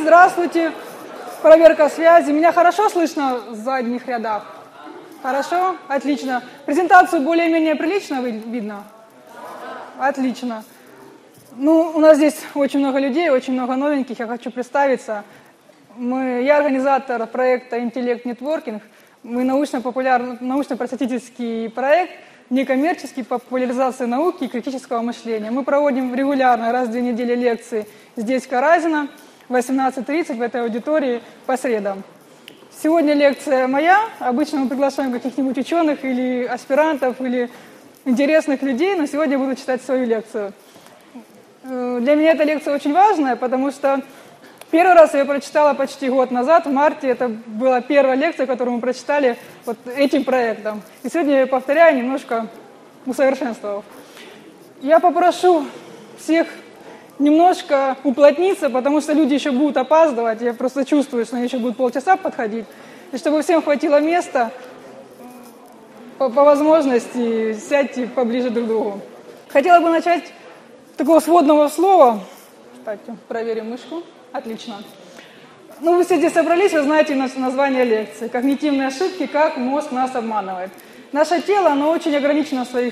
здравствуйте. Проверка связи. Меня хорошо слышно в задних рядах? Хорошо? Отлично. Презентацию более-менее прилично видно? Отлично. У нас здесь очень много людей, очень много новеньких. Я хочу представиться. Я организатор проекта «Интеллект Нетворкинг». Мы научно-просветительский проект, некоммерческий, по популяризации науки и критического мышления. Мы проводим регулярно, раз в 2 недели лекции здесь, в Каразино, в 18:30 в этой аудитории по средам. Сегодня лекция моя. Обычно мы приглашаем каких-нибудь ученых или аспирантов, или интересных людей, но сегодня я буду читать свою лекцию. Для меня эта лекция очень важная, потому что первый раз я ее прочитала почти год назад, в марте. Это была первая лекция, которую мы прочитали вот этим проектом. И сегодня я ее повторяю, немножко усовершенствовав. Я попрошу всех немножко уплотниться, потому что люди еще будут опаздывать. Я просто чувствую, что они еще будут полчаса подходить. И чтобы всем хватило места, по возможности сядьте поближе друг к другу. Хотела бы начать с такого сводного слова. Кстати, проверим мышку. Отлично. Вы все здесь собрались, вы знаете название лекции. Когнитивные ошибки, как мозг нас обманывает. Наше тело, оно очень ограничено в своих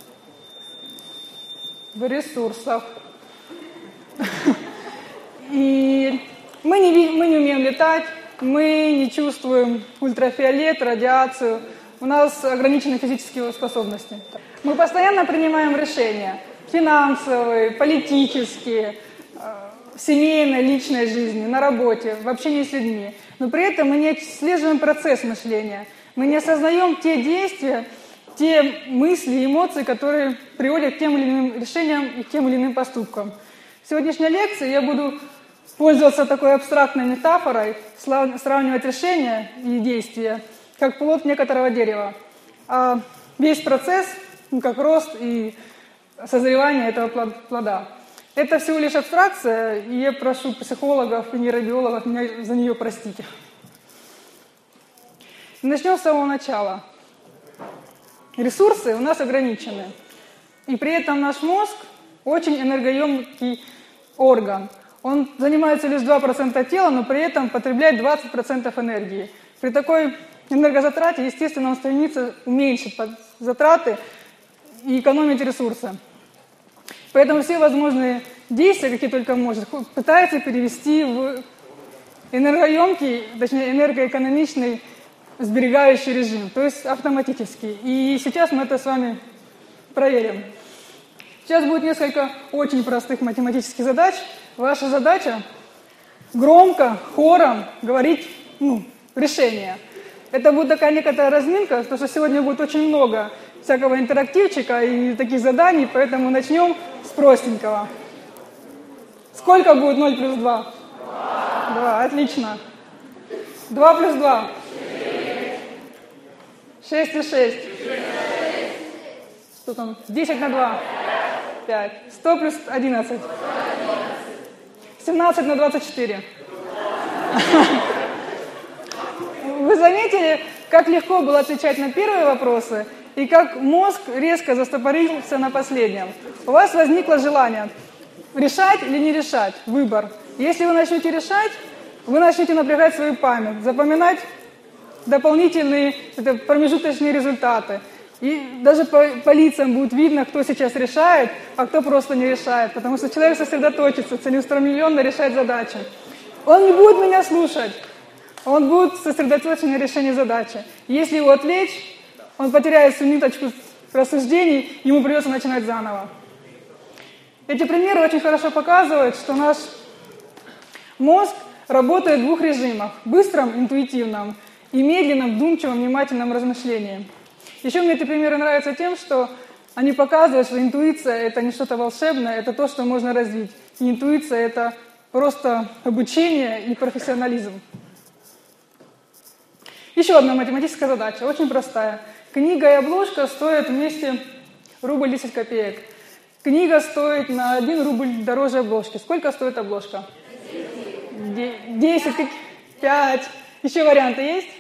ресурсах. И мы не умеем летать, мы не чувствуем ультрафиолет, радиацию. У нас ограничены физические способности. Мы постоянно принимаем решения. Финансовые, политические, в семейной, личной жизни, на работе, в общении с людьми. Но при этом мы не отслеживаем процесс мышления. Мы не осознаем те действия, те мысли, эмоции, которые приводят к тем или иным решениям и к тем или иным поступкам. В сегодняшней лекции я буду пользоваться такой абстрактной метафорой, сравнивать решения и действия, как плод некоторого дерева. А весь процесс, как рост и созревание этого плода. Это всего лишь абстракция, и я прошу психологов и нейробиологов меня за нее простить. Начнем с самого начала. Ресурсы у нас ограничены, и при этом наш мозг очень энергоемкий орган. Он занимается лишь 2% тела, но при этом потребляет 20% энергии. При такой энергозатрате, естественно, он стремится уменьшить затраты и экономить ресурсы. Поэтому все возможные действия, какие только может, пытается перевести в энергоемкий, точнее энергоэкономичный сберегающий режим, то есть автоматический. И сейчас мы это с вами проверим. Сейчас будет несколько очень простых математических задач. Ваша задача громко, хором говорить решение. Это будет такая некоторая разминка, потому что сегодня будет очень много всякого интерактивчика и таких заданий, поэтому начнем с простенького. Сколько будет 0 плюс 2? 2. Отлично. 2 плюс 2? 6 и 6. Что там? 10 на 2? 5. 100 плюс 11? 17 на 24. Вы заметили, как легко было отвечать на первые вопросы и как мозг резко застопорился на последнем? У вас возникло желание решать или не решать, выбор. Если вы начнете решать, вы начнете напрягать свою память, запоминать дополнительные промежуточные результаты. И даже по лицам будет видно, кто сейчас решает, а кто просто не решает. Потому что человек сосредоточится, целеустремленно решает задачи. Он не будет меня слушать. Он будет сосредоточен на решении задачи. Если его отвлечь, он потеряет свою ниточку рассуждений, ему придется начинать заново. Эти примеры очень хорошо показывают, что наш мозг работает в 2 режимах. Быстром, интуитивном и медленном, вдумчивом, внимательном размышлении. Еще мне эти примеры нравятся тем, что они показывают, что интуиция – это не что-то волшебное, это то, что можно развить. И интуиция – это просто обучение и профессионализм. Еще одна математическая задача, очень простая. Книга и обложка стоят вместе рубль 10 копеек. Книга стоит на 1 рубль дороже обложки. Сколько стоит обложка? 10, 5. Еще варианты есть?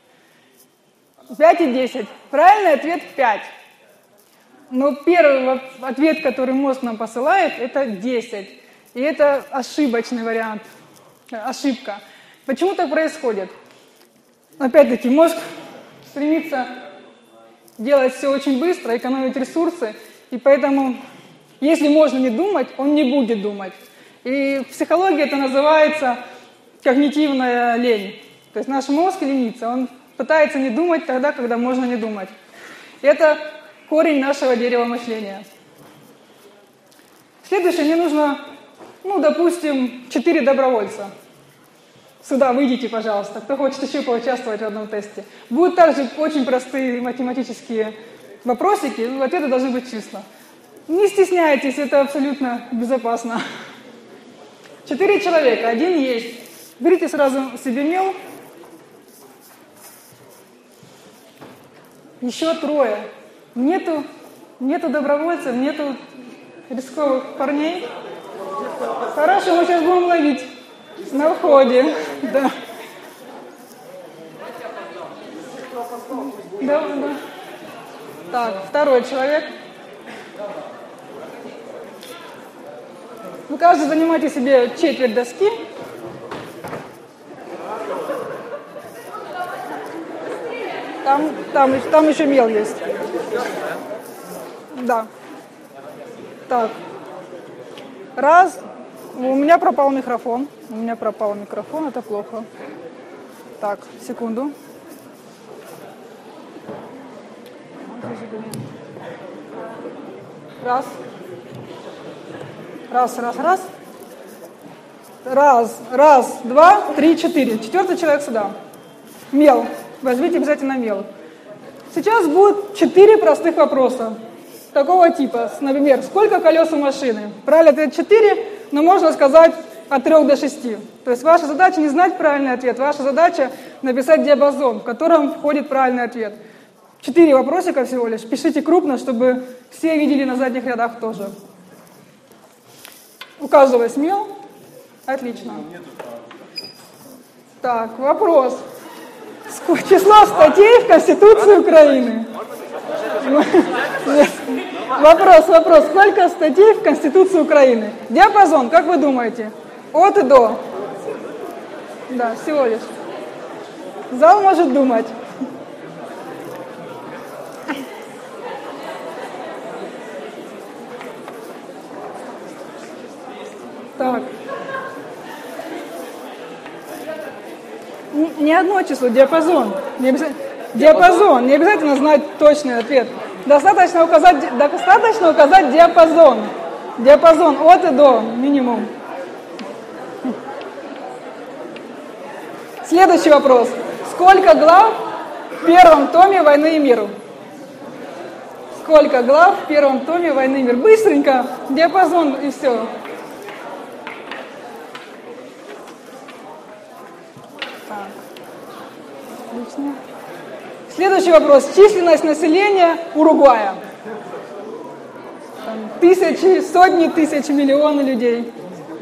5 и 10. Правильный ответ 5. Но первый ответ, который мозг нам посылает, это 10. И это ошибочный вариант. ошибка. Почему так происходит? Опять-таки, мозг стремится делать все очень быстро, экономить ресурсы, и поэтому, если можно не думать, он не будет думать. И в психологии это называется когнитивная лень. То есть наш мозг ленится, он пытается не думать тогда, когда можно не думать. И это корень нашего дерева мышления. Следующее, мне нужно, допустим, 4 добровольца. Сюда выйдите, пожалуйста, кто хочет еще поучаствовать в одном тесте. Будут также очень простые математические вопросики, ответы должны быть числа. Не стесняйтесь, это абсолютно безопасно. 4 человека, 1 есть. Берите сразу себе мел. Еще 3. Нету добровольцев, нету рисковых парней. Хорошо, мы сейчас будем ловить на входе. Да. Да. Так, 2 человек. Вы каждый занимаете себе четверть доски. Там еще мел есть. Да. Так. Раз. У меня пропал микрофон. Это плохо. Так, секунду. Раз. Раз, 2, 3, 4. 4 человек сюда. Мел. Возьмите обязательно мел. Сейчас будет 4 простых вопроса. Такого типа. Например, сколько колес у машины? Правильный ответ 4, но можно сказать от 3 до 6. То есть ваша задача не знать правильный ответ, ваша задача написать диапазон, в котором входит правильный ответ. 4 вопросика всего лишь. Пишите крупно, чтобы все видели на задних рядах тоже. У каждого есть мел. Отлично. Так, вопрос. Число статей в Конституции Украины. Вопрос. Сколько статей в Конституции Украины? Диапазон, как вы думаете? От и до. Да, всего лишь. Зал может думать. Так. Не одно число, диапазон. Не обязательно знать точный ответ. Достаточно указать диапазон. Диапазон от и до, минимум. Следующий вопрос. Сколько глав в 1 томе «Войны и мира»? Сколько глав в 1 томе «Войны и мира»? Быстренько, диапазон и все. Так. Отлично. Следующий вопрос. Численность населения Уругвая. Тысячи, сотни тысяч, миллионы людей.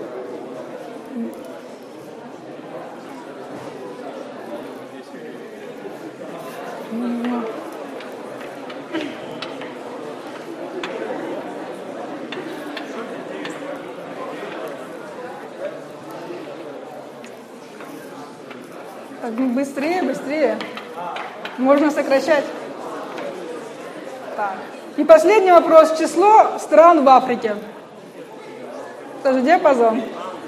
Так, быстрее. Можно сокращать. Так. И последний вопрос. Число стран в Африке. Тоже диапазон.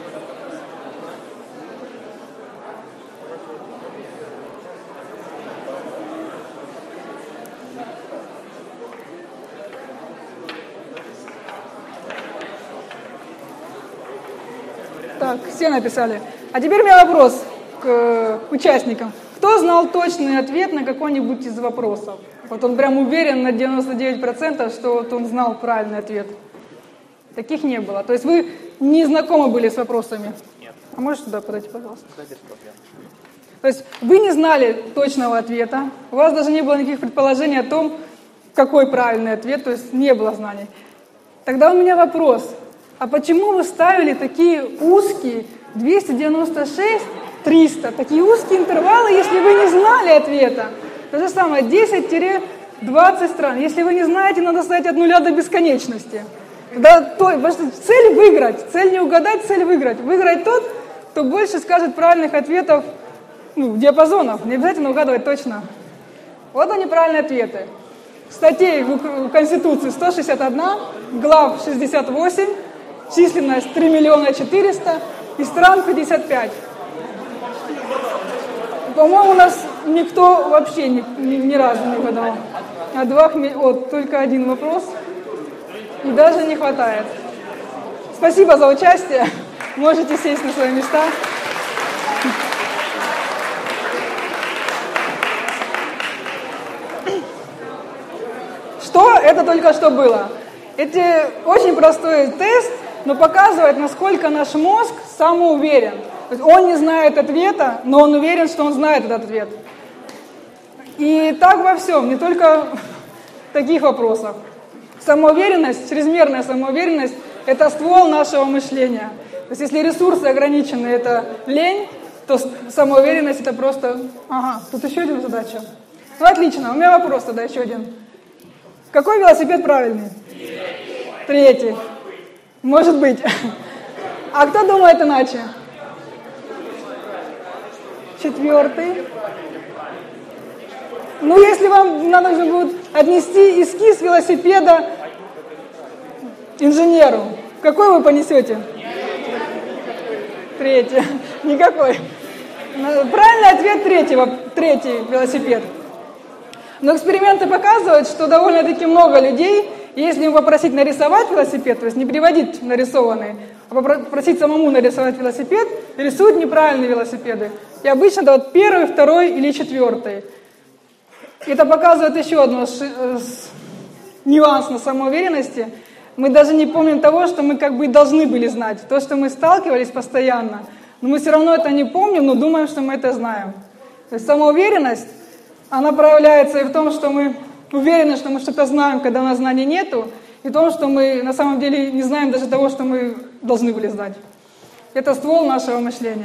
Так, все написали. А теперь у меня вопрос к участникам. Кто знал точный ответ на какой-нибудь из вопросов? Вот он прям уверен на 99%, что вот он знал правильный ответ. Таких не было. То есть вы не знакомы были с вопросами? Нет. А можешь туда подойти, пожалуйста? Да, без проблем. То есть вы не знали точного ответа, у вас даже не было никаких предположений о том, какой правильный ответ, то есть не было знаний. Тогда у меня вопрос. А почему вы ставили такие узкие 296, 300, такие узкие интервалы, если вы не знали ответа? То же самое, 10-20 стран. Если вы не знаете, надо ставить от нуля до бесконечности. Тогда цель выиграть, цель не угадать, цель выиграть. Выиграть тот, кто больше скажет правильных ответов, диапазонов, не обязательно угадывать точно. Вот они правильные ответы. Статей в Конституции 161, глав 68, численность 3 400 000 и стран 55. По-моему, у нас никто вообще ни разу не угадал. Только один вопрос. И даже не хватает. Спасибо за участие. Можете сесть на свои места. Что это только что было? Это очень простой тест, но показывает, насколько наш мозг самоуверен. То есть он не знает ответа, но он уверен, что он знает этот ответ. И так во всем, не только в таких вопросах. Самоуверенность, чрезмерная самоуверенность – это ствол нашего мышления. То есть если ресурсы ограничены – это лень, то самоуверенность – это просто… Ага, тут еще одна задача. Ну, отлично, у меня вопрос тогда еще один. Какой велосипед правильный? Третий. Может быть. А кто думает иначе? Четвертый. Ну, если вам надо же будет отнести эскиз велосипеда инженеру, какой вы понесете? Третий. Никакой. Правильный ответ третий велосипед. Но эксперименты показывают, что довольно-таки много людей, если им попросить нарисовать велосипед, то есть не приводить нарисованный, а попросить самому нарисовать велосипед, рисуют неправильные велосипеды. И обычно это вот первый, второй или четвертый. Это показывает еще одну нюанс на самоуверенности. Мы даже не помним того, что мы как бы должны были знать. То, что мы сталкивались постоянно, но мы все равно это не помним, но думаем, что мы это знаем. То есть самоуверенность, она проявляется и в том, что мы уверены, что мы что-то знаем, когда у нас знаний нету, и в том, что мы на самом деле не знаем даже того, что мы должны были знать. Это ствол нашего мышления.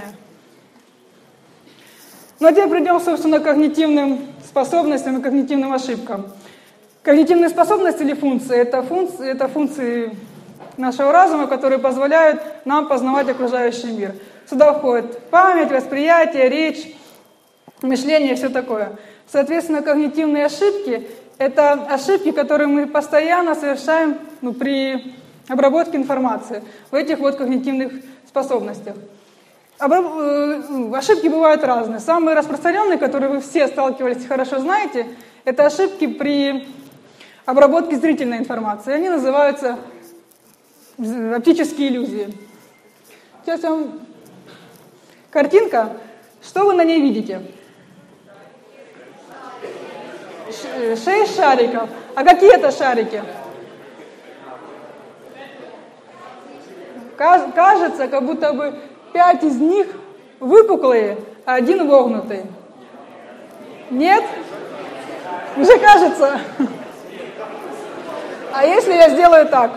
Ну а теперь придем, собственно, к когнитивным способностям и когнитивным ошибкам. Когнитивные способности или функции – это функции нашего разума, которые позволяют нам познавать окружающий мир. Сюда входит память, восприятие, речь, мышление и все такое. Соответственно, когнитивные ошибки – это ошибки, которые мы постоянно совершаем при обработке информации в этих вот когнитивных способностях. Ошибки бывают разные. Самые распространенные, которые вы все сталкивались и хорошо знаете, это ошибки при обработке зрительной информации. Они называются оптические иллюзии. Сейчас вам картинка. Что вы на ней видите? 6 шариков. А какие это шарики? Кажется, как будто бы 5 из них выпуклые, а 1 вогнутый. Нет? Уже кажется. А если я сделаю так?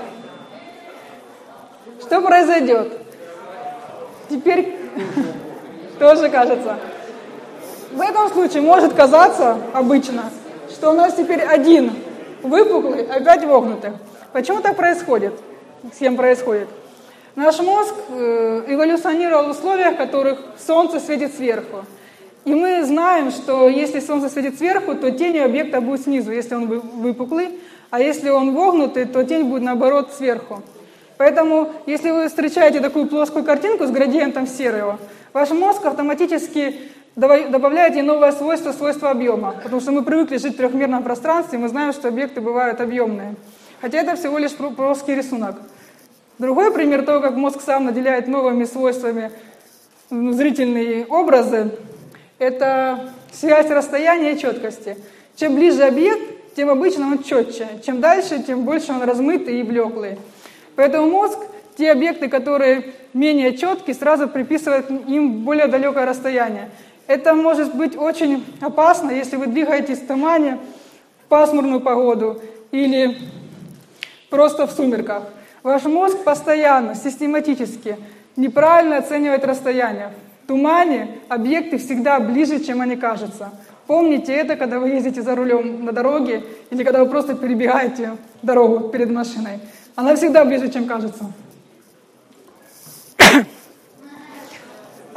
Что произойдет? Теперь тоже кажется. В этом случае может казаться обычно, что у нас теперь 1 выпуклый, а 5 вогнутых. Почему так происходит? С кем происходит? Наш мозг эволюционировал в условиях, в которых солнце светит сверху. И мы знаем, что если солнце светит сверху, то тень объекта будет снизу, если он выпуклый, а если он вогнутый, то тень будет наоборот сверху. Поэтому, если вы встречаете такую плоскую картинку с градиентом серого, ваш мозг автоматически добавляет ей новое свойство объема, потому что мы привыкли жить в трехмерном пространстве, и мы знаем, что объекты бывают объемные. Хотя это всего лишь плоский рисунок. Другой пример того, как мозг сам наделяет новыми свойствами зрительные образы, это связь расстояния и четкости. Чем ближе объект, тем обычно он четче. Чем дальше, тем больше он размытый и блеклый. Поэтому мозг те объекты, которые менее четкие, сразу приписывает им более далекое расстояние. Это может быть очень опасно, если вы двигаетесь в тумане, в пасмурную погоду или просто в сумерках. Ваш мозг постоянно, систематически неправильно оценивает расстояние. В тумане объекты всегда ближе, чем они кажутся. Помните это, когда вы ездите за рулем на дороге или когда вы просто перебегаете дорогу перед машиной. Она всегда ближе, чем кажется.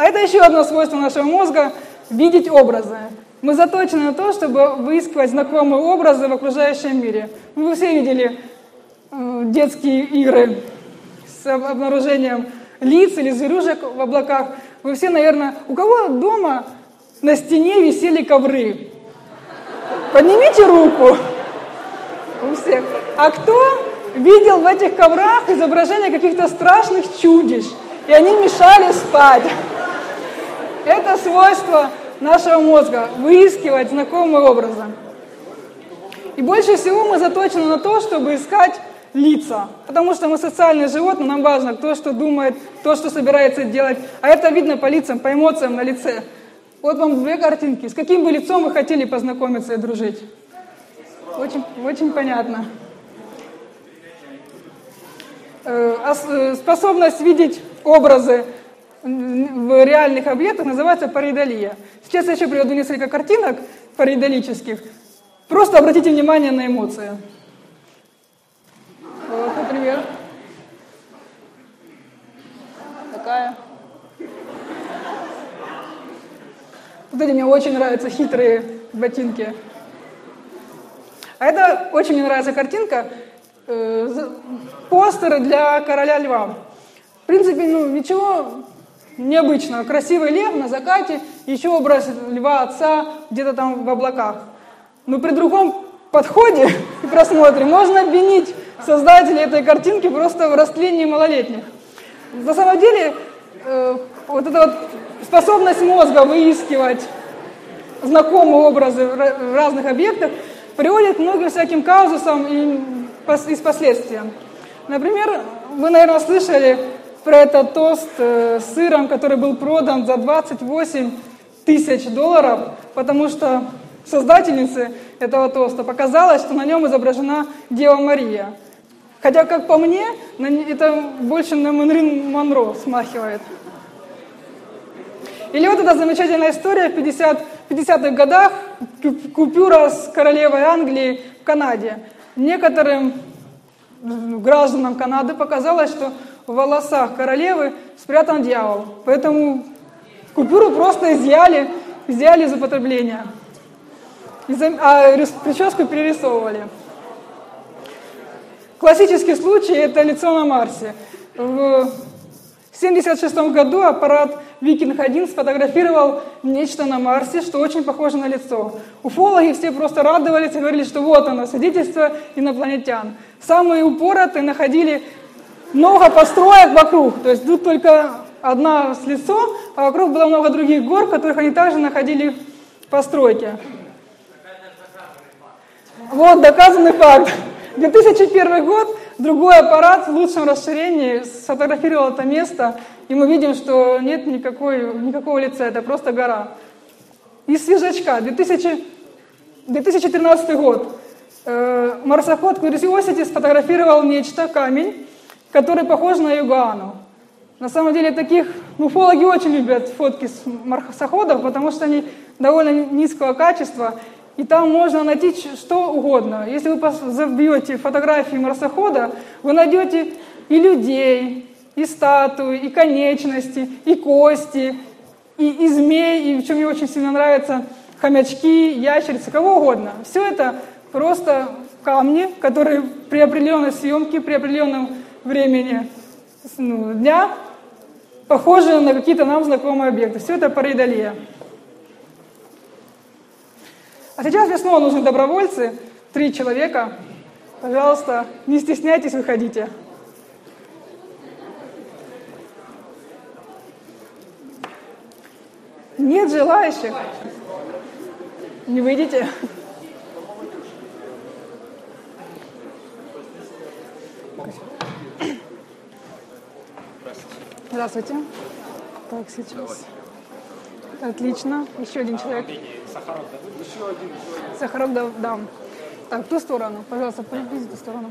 А это еще одно свойство нашего мозга – видеть образы. Мы заточены на то, чтобы выискивать знакомые образы в окружающем мире. Вы все видели детские игры с обнаружением лиц или зверюшек в облаках. Вы все, наверное, у кого дома на стене висели ковры? Поднимите руку. У всех. А кто видел в этих коврах изображения каких-то страшных чудищ, и они мешали спать? Это свойство нашего мозга – выискивать знакомые образы. И больше всего мы заточены на то, чтобы искать лица, потому что мы социальные животные, нам важно, кто что думает, кто что собирается делать, а это видно по лицам, по эмоциям на лице. Вот вам две картинки. С каким бы лицом вы хотели познакомиться и дружить? Очень понятно. Способность видеть образы в реальных объектах называется паридолия. Сейчас я еще приведу несколько картинок паридолических. Просто обратите внимание на эмоции. Вот, например. Такая. Вот эти мне очень нравятся, хитрые ботинки. А это очень мне нравится картинка. Постеры для короля льва. В принципе, ничего необычного. Красивый лев на закате, еще образ льва отца где-то там в облаках. Но при другом подходе и просмотре можно обвинить создателей этой картинки просто в растлении малолетних. На самом деле, вот эта вот способность мозга выискивать знакомые образы в разных объектах приводит к многим всяким казусам и последствиям. Например, вы, наверное, слышали про этот тост с сыром, который был продан за $28 тысяч, потому что создательнице этого тоста показалось, что на нем изображена Дева Мария. Хотя, как по мне, это больше на Мэрилин Монро смахивает. Или вот эта замечательная история в 50-х годах, купюра с королевой Англии в Канаде. Некоторым гражданам Канады показалось, что в волосах королевы спрятан дьявол. Поэтому купюру просто изъяли из употребления. А прическу перерисовывали. Классический случай – это лицо на Марсе. В 1976 году аппарат Викинг-1 сфотографировал нечто на Марсе, что очень похоже на лицо. Уфологи все просто радовались и говорили, что вот оно, свидетельство инопланетян. Самые упоротые находили много построек вокруг, то есть тут только одно лицо, а вокруг было много других гор, в которых они также находили постройки. Вот доказанный факт. 2001 год, другой аппарат в лучшем расширении сфотографировал это место, и мы видим, что нет никакого лица, это просто гора. Из свежачка, 2013 год, марсоход Curiosity сфотографировал нечто, камень, который похож на Югану. На самом деле уфологи очень любят фотки с марсоходов, потому что они довольно низкого качества, и там можно найти что угодно. Если вы забьете фотографии марсохода, вы найдете и людей, и статуи, и конечности, и кости, и змей, и, что мне очень сильно нравится, хомячки, ящерицы, кого угодно. Все это просто камни, которые при определенной съемке, при определенном времени дня похожи на какие-то нам знакомые объекты. Все это паридолия. А сейчас мне снова нужны добровольцы, 3 человека. Пожалуйста, не стесняйтесь, выходите. Нет желающих? Не выйдете? Здравствуйте. Так, сейчас. Отлично. Еще один человек. Сахаров дам. Так, в ту сторону. Пожалуйста, приблизь в ту сторону.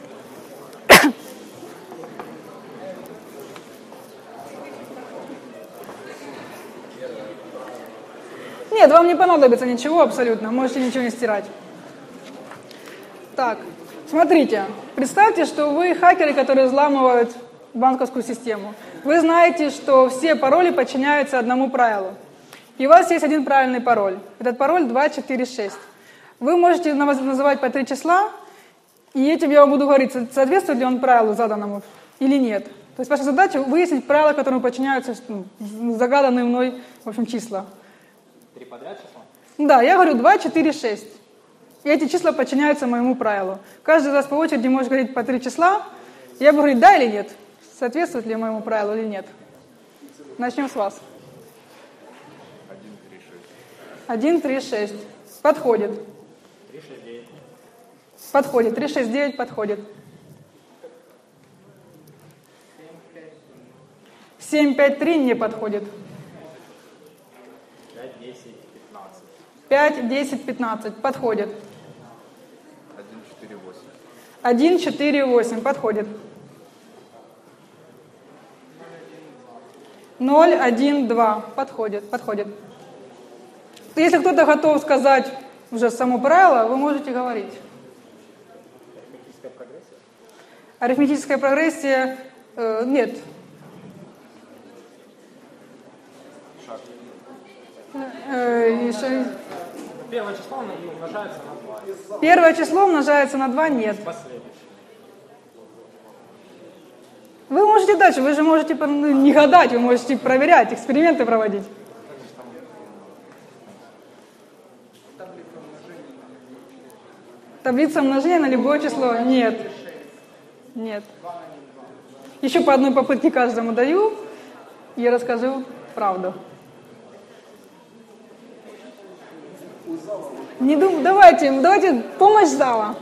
Нет, вам не понадобится ничего абсолютно. Можете ничего не стирать. Так, смотрите. Представьте, что вы хакеры, которые взламывают банковскую систему. Вы знаете, что все пароли подчиняются одному правилу. И у вас есть один правильный пароль. Этот пароль 246. Вы можете называть по 3 числа, и этим я вам буду говорить, соответствует ли он правилу заданному или нет. То есть ваша задача выяснить правила, которым подчиняются загаданные мной, в общем, числа. 3 подряд числа? Да, я говорю 2, 4, 6. И эти числа подчиняются моему правилу. Каждый из вас по очереди может говорить по 3 числа. Я буду говорить да или нет. Соответствует ли моему правилу или нет. Начнем с вас. 1, 3, 6. Подходит. 3, 6, 9. Подходит. 3, 6, 9 подходит. 7, 5, 3 не подходит. 5, 10, 15. 5, 10, 15 подходит. 1, 4, 8. 1, 4, 8 подходит. 0, 1, 2 подходит. Если кто-то готов сказать уже само правило, вы можете говорить. Арифметическая прогрессия? Арифметическая прогрессия нет. Шаг. Первое число умножается на 2. Первое число умножается на 2 нет. Последующее. Вы можете дальше, вы же можете не гадать, вы можете проверять, эксперименты проводить. Таблица умножения на любое число? Нет. Нет. Еще по одной попытке каждому даю, и я расскажу правду. Не думаю, давайте помощь зала.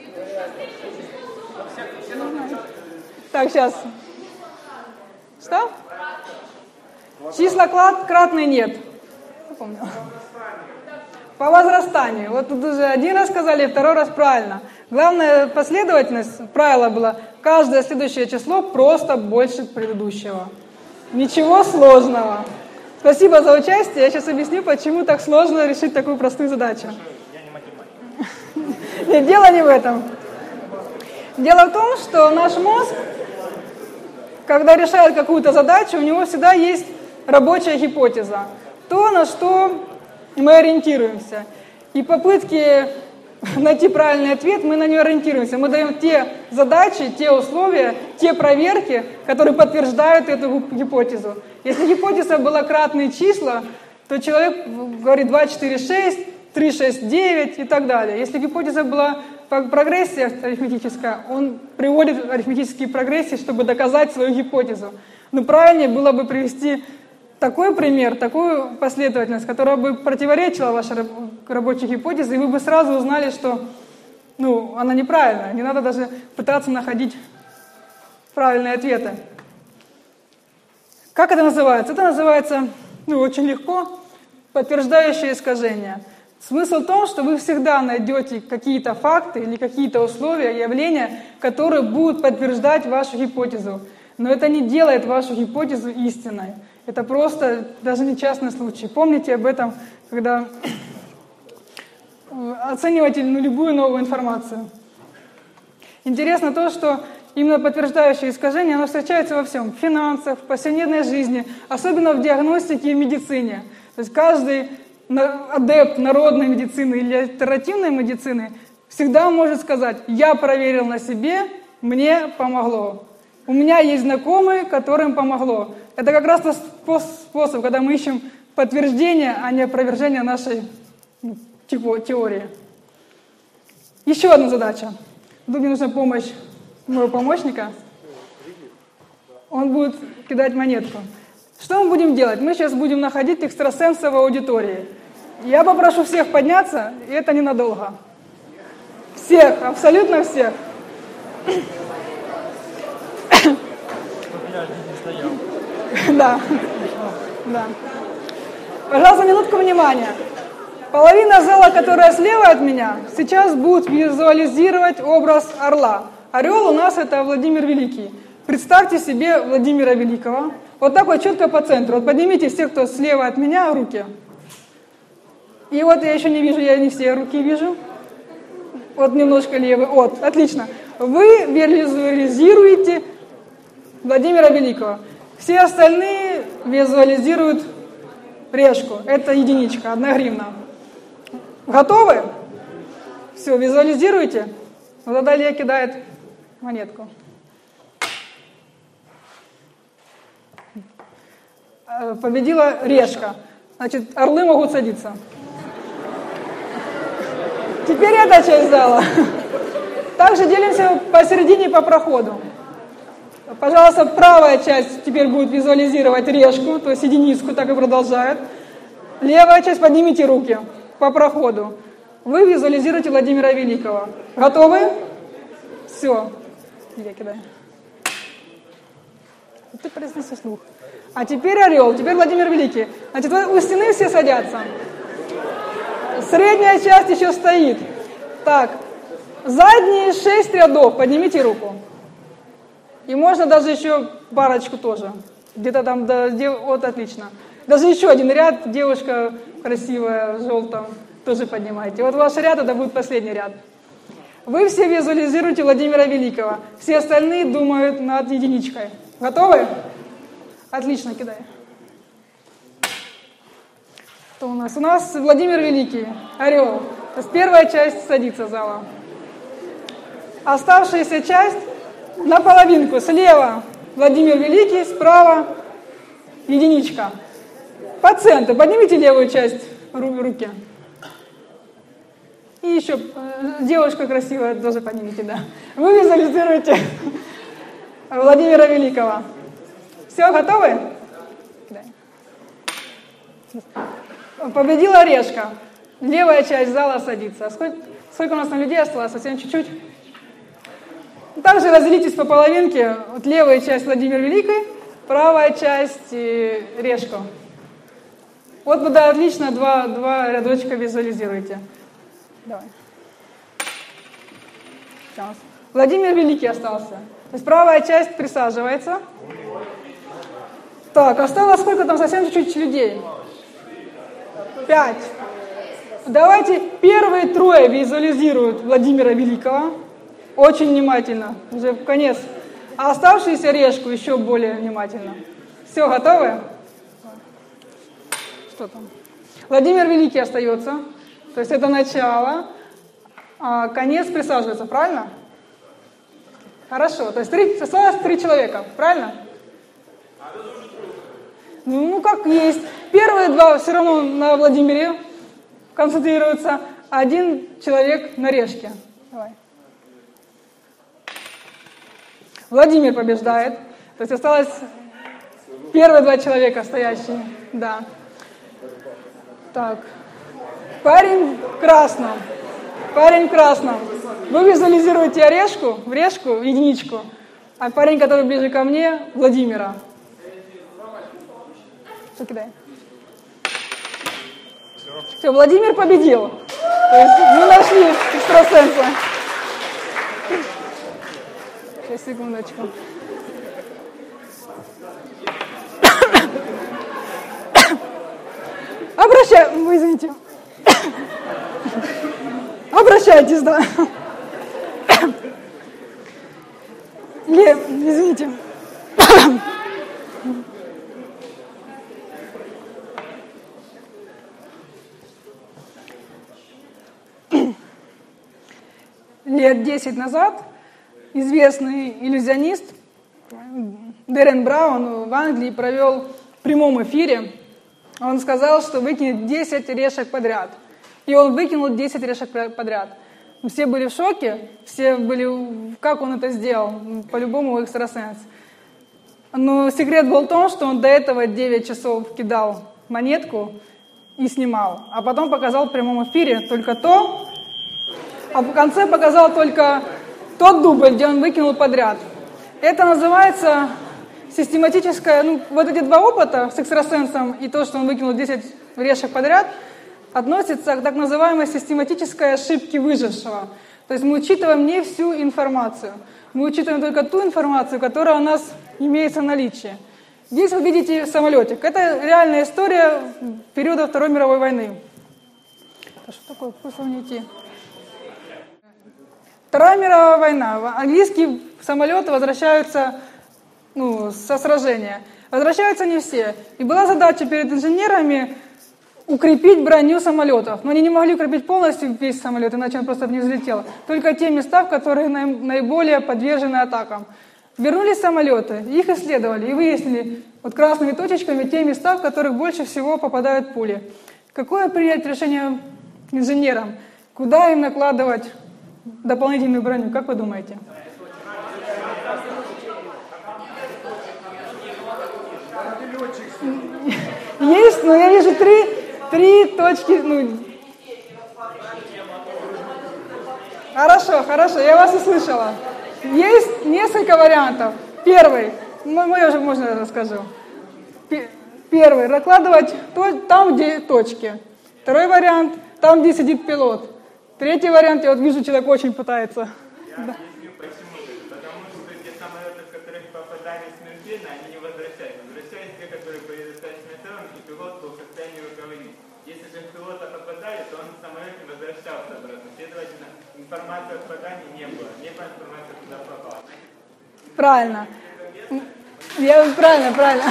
Так, сейчас. Что? Числа кратные нет. Запомнила. По возрастанию. Вот тут уже один раз сказали, второй раз правильно. Главная последовательность правила была: каждое следующее число просто больше предыдущего. Ничего сложного. Спасибо за участие. Я сейчас объясню, почему так сложно решить такую простую задачу. Я не математик. Нет, дело не в этом. Дело в том, что наш мозг, когда решает какую-то задачу, у него всегда есть рабочая гипотеза. То, на что мы ориентируемся. И попытки найти правильный ответ, мы на нее ориентируемся. Мы даем те задачи, те условия, те проверки, которые подтверждают эту гипотезу. Если гипотеза была кратные числа, то человек говорит 2, 4, 6, 3, 6, 9 и так далее. Если гипотеза была прогрессия арифметическая, он приводит арифметические прогрессии, чтобы доказать свою гипотезу. Но правильнее было бы привести такой пример, такую последовательность, которая бы противоречила вашей рабочей гипотезе, и вы бы сразу узнали, что она неправильная. Не надо даже пытаться находить правильные ответы. Как это называется? Это называется, очень легко, подтверждающее искажение. Смысл в том, что вы всегда найдете какие-то факты или какие-то условия, явления, которые будут подтверждать вашу гипотезу. Но это не делает вашу гипотезу истинной. Это просто даже не частный случай. Помните об этом, когда оцениваете любую новую информацию. Интересно то, что именно подтверждающее искажение, оно встречается во всем. В финансах, в повседневной жизни, особенно в диагностике и медицине. То есть каждый адепт народной медицины или альтернативной медицины всегда может сказать: я проверил на себе, мне помогло. У меня есть знакомые, которым помогло. Это как раз тот способ, когда мы ищем подтверждение, а не опровержение нашей теории. Еще одна задача. Тут мне нужна помощь моего помощника. Он будет кидать монетку. Что мы будем делать? Мы сейчас будем находить экстрасенса в аудитории. Я попрошу всех подняться, и это ненадолго. Всех, абсолютно всех. Да. Пожалуйста, минутку внимания. Половина зала, которая слева от меня, сейчас будет визуализировать образ орла. Орел у нас это Владимир Великий. Представьте себе Владимира Великого. Вот так вот четко по центру. Вот поднимите все, кто слева от меня, руки. И вот я еще не вижу, я не все руки вижу. Вот немножко левый. Вот, отлично. Вы визуализируете Владимира Великого. Все остальные визуализируют решку. Это единичка, 1 гривна. Готовы? Все, визуализируете? Вот тогда Илья кидает монетку. Победила решка. Значит, орлы могут садиться. Теперь эта часть зала. Также делимся посередине по проходу. Пожалуйста, правая часть теперь будет визуализировать решку, то есть единицку, так и продолжает. Левая часть, поднимите руки по проходу. Вы визуализируете Владимира Великого. Готовы? Все. Я кидаю. Ты произнеси слух. А теперь орел, теперь Владимир Великий. Значит, у стены все садятся. Средняя часть еще стоит. Так, задние 6 рядов, поднимите руку. И можно даже еще парочку тоже. Где-то там, вот отлично. Даже еще один ряд, девушка красивая, в желтом, тоже поднимайте. Вот ваш ряд, это будет последний ряд. Вы все визуализируете Владимира Великого. Все остальные думают над единичкой. Готовы? Отлично, кидай. Что у нас? У нас Владимир Великий, орел. То есть первая часть садится зала. Оставшаяся часть на половинку. Слева Владимир Великий, справа единичка. По центру. Поднимите левую часть руки. И еще девушка красивая тоже поднимите, да. Вы визуализируете Владимира Великого. Все, готовы? Да. Победила решка. Левая часть зала садится. Сколько у нас на людей осталось? Совсем чуть-чуть. Также разделитесь по половинке. Вот левая часть Владимир Великий, правая часть решка. Вот вы, да, отлично, два рядочка визуализируете. Давай. Сейчас. Владимир Великий остался. То есть правая часть присаживается. Так, осталось сколько там? Совсем чуть-чуть людей. 5. Давайте первые 3 визуализируют Владимира Великого. Очень внимательно. Уже в конец. А оставшуюся решку еще более внимательно. Все, готовы? Что там? Владимир Великий остается. То есть это начало. А конец присаживается, правильно? Хорошо. То есть осталось 3 человека, правильно? Ну, как есть. Первые 2 все равно на Владимире концентрируются. 1 человек на решке. Давай. Владимир побеждает. То есть осталось первые 2 человека стоящие. Да. Так. Парень в красном. Парень в красном. Вы визуализируете в решку, единичку. А парень, который ближе ко мне, Владимира. Что кидай? Все, Владимир победил. То есть мы нашли экстрасенса. Сейчас, секундочку. Вы извините. Обращайтесь, да. Извините. Лет 10 назад известный иллюзионист Дерен Браун в Англии провел в прямом эфире. Он сказал, что выкинет 10 решек подряд. И он выкинул 10 решек подряд. Все были в шоке, все были, как он это сделал, по-любому экстрасенс. Но секрет был в том, что он до этого 9 часов кидал монетку и снимал, а потом показал в прямом эфире только то, а в конце показал только тот дубль, где он выкинул подряд. Это называется систематическое, вот эти 2 опыта с экстрасенсом и то, что он выкинул 10 решек подряд, относится к так называемой систематической ошибке выжившего. То есть мы учитываем не всю информацию. Мы учитываем только ту информацию, которая у нас имеется в наличии. Здесь вы видите самолетик. Это реальная история периода Второй мировой войны. А что такое? Просто не идти. Вторая мировая война. Английские самолеты возвращаются со сражения. Возвращаются не все. И была задача перед инженерами укрепить броню самолетов. Но они не могли укрепить полностью весь самолет, иначе он просто бы не взлетел. Только те места, которые наиболее подвержены атакам. Вернулись самолеты, их исследовали и выяснили вот красными точечками те места, в которых больше всего попадают пули. Какое принять решение инженерам? Куда им накладывать дополнительную броню? Как вы думаете? Есть, но я вижу три точки. Хорошо, я вас услышала. Есть несколько вариантов. Первый, я уже можно расскажу. Первый, накладывать там, где точки. Второй вариант, там, где сидит пилот. Третий вариант, я вот вижу, человек очень пытается. Я объясню почему. Потому что те самолеты, в которых попадали смертельно, они не возвращаются. Возвращаются те, которые были достаточно целыми, и пилот был в состоянии руководить. Если же в пилота попадали, то он в самолете возвращался обратно. Следовательно, информации о попадании не было. Не было информации, куда попал. Правильно. Правильно.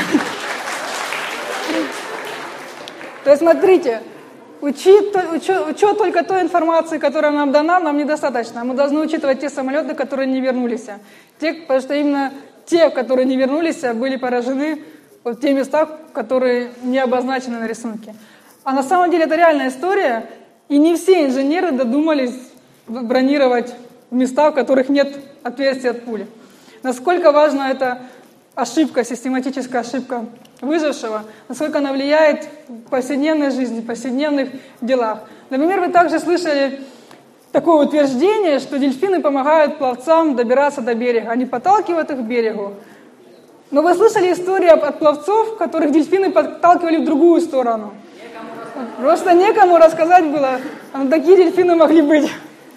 То есть смотрите, учет только той информации, которая нам дана, нам недостаточно. Мы должны учитывать те самолеты, которые не вернулись. Потому что именно те, которые не вернулись, были поражены в те места, которые не обозначены на рисунке. А на самом деле это реальная история, и не все инженеры додумались бронировать места, в которых нет отверстий от пули. Насколько важна эта ошибка, систематическая ошибка выжившего, насколько она влияет в повседневной жизни, в повседневных делах. Например, вы также слышали такое утверждение, что дельфины помогают пловцам добираться до берега, они подталкивают их к берегу. Но вы слышали истории от пловцов, которых дельфины подталкивали в другую сторону? Просто некому рассказать было, а такие дельфины могли быть.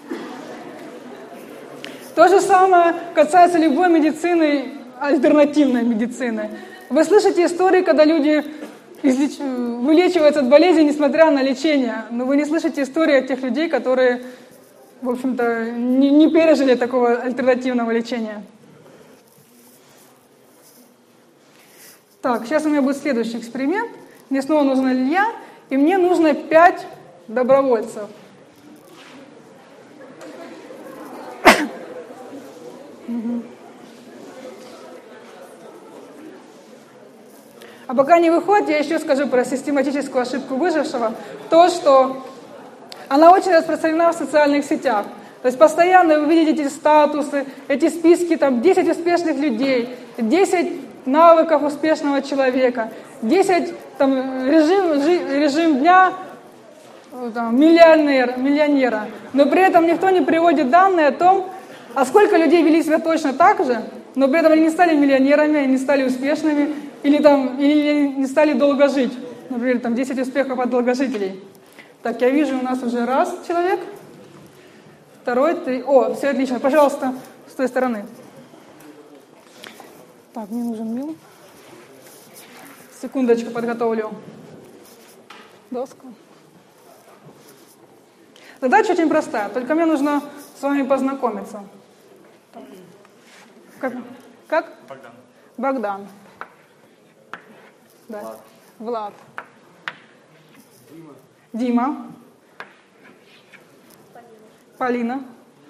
То же самое касается любой медицины, альтернативной медицины. Вы слышите истории, когда люди вылечиваются от болезни, несмотря на лечение, но вы не слышите истории от тех людей, которые, в общем-то, не пережили такого альтернативного лечения. Так, сейчас у меня будет следующий эксперимент. Мне снова нужна Илья, и мне нужно 5 добровольцев. А пока не выходит, я еще скажу про систематическую ошибку выжившего. То, что она очень распространена в социальных сетях. То есть постоянно вы видите эти статусы, эти списки, там 10 успешных людей, 10 навыков успешного человека, 10 там, режим дня там, миллионера. Но при этом никто не приводит данные о том, а сколько людей вели себя точно так же, но при этом они не стали миллионерами, они не стали успешными, или не стали долго жить. Например, там 10 успехов от долгожителей. Так, я вижу, у нас уже раз человек, второй, 3. О, все отлично. Пожалуйста, с той стороны. Так, мне нужен мел. Секундочку, подготовлю доску. Задача очень простая, только мне нужно с вами познакомиться. Как? Богдан. Да. Влад. Дима. Полина.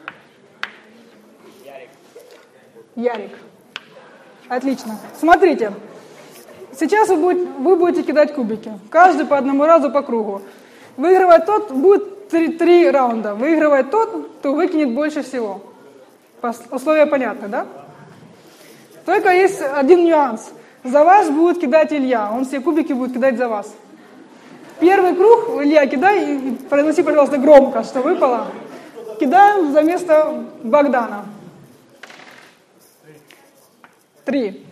Ярик. Отлично. Смотрите. Сейчас вы будете кидать кубики. Каждый по одному разу по кругу. Выигрывает тот, будет 3 раунда. Выигрывает тот, кто выкинет больше всего. Условия понятны, да? Только есть один нюанс. За вас будет кидать Илья. Он все кубики будет кидать за вас. Первый круг, Илья, кидай и произноси, пожалуйста, громко, что выпало. Кидаем за место Богдана. 3.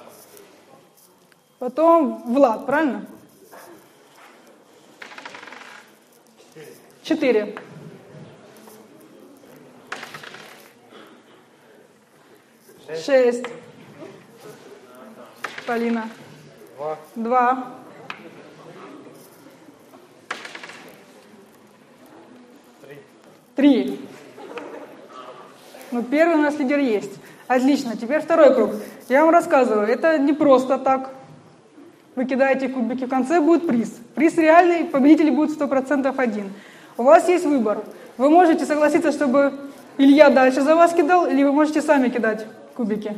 Потом Влад, правильно? 4. 6. Полина. 2. 3. Ну, первый у нас лидер есть. Отлично. Теперь второй круг. Я вам рассказываю, это не просто так. вы кидаете кубики, в конце будет приз. Приз реальный, победитель будет 100% один. У вас есть выбор. Вы можете согласиться, чтобы Илья дальше за вас кидал, или вы можете сами кидать кубики.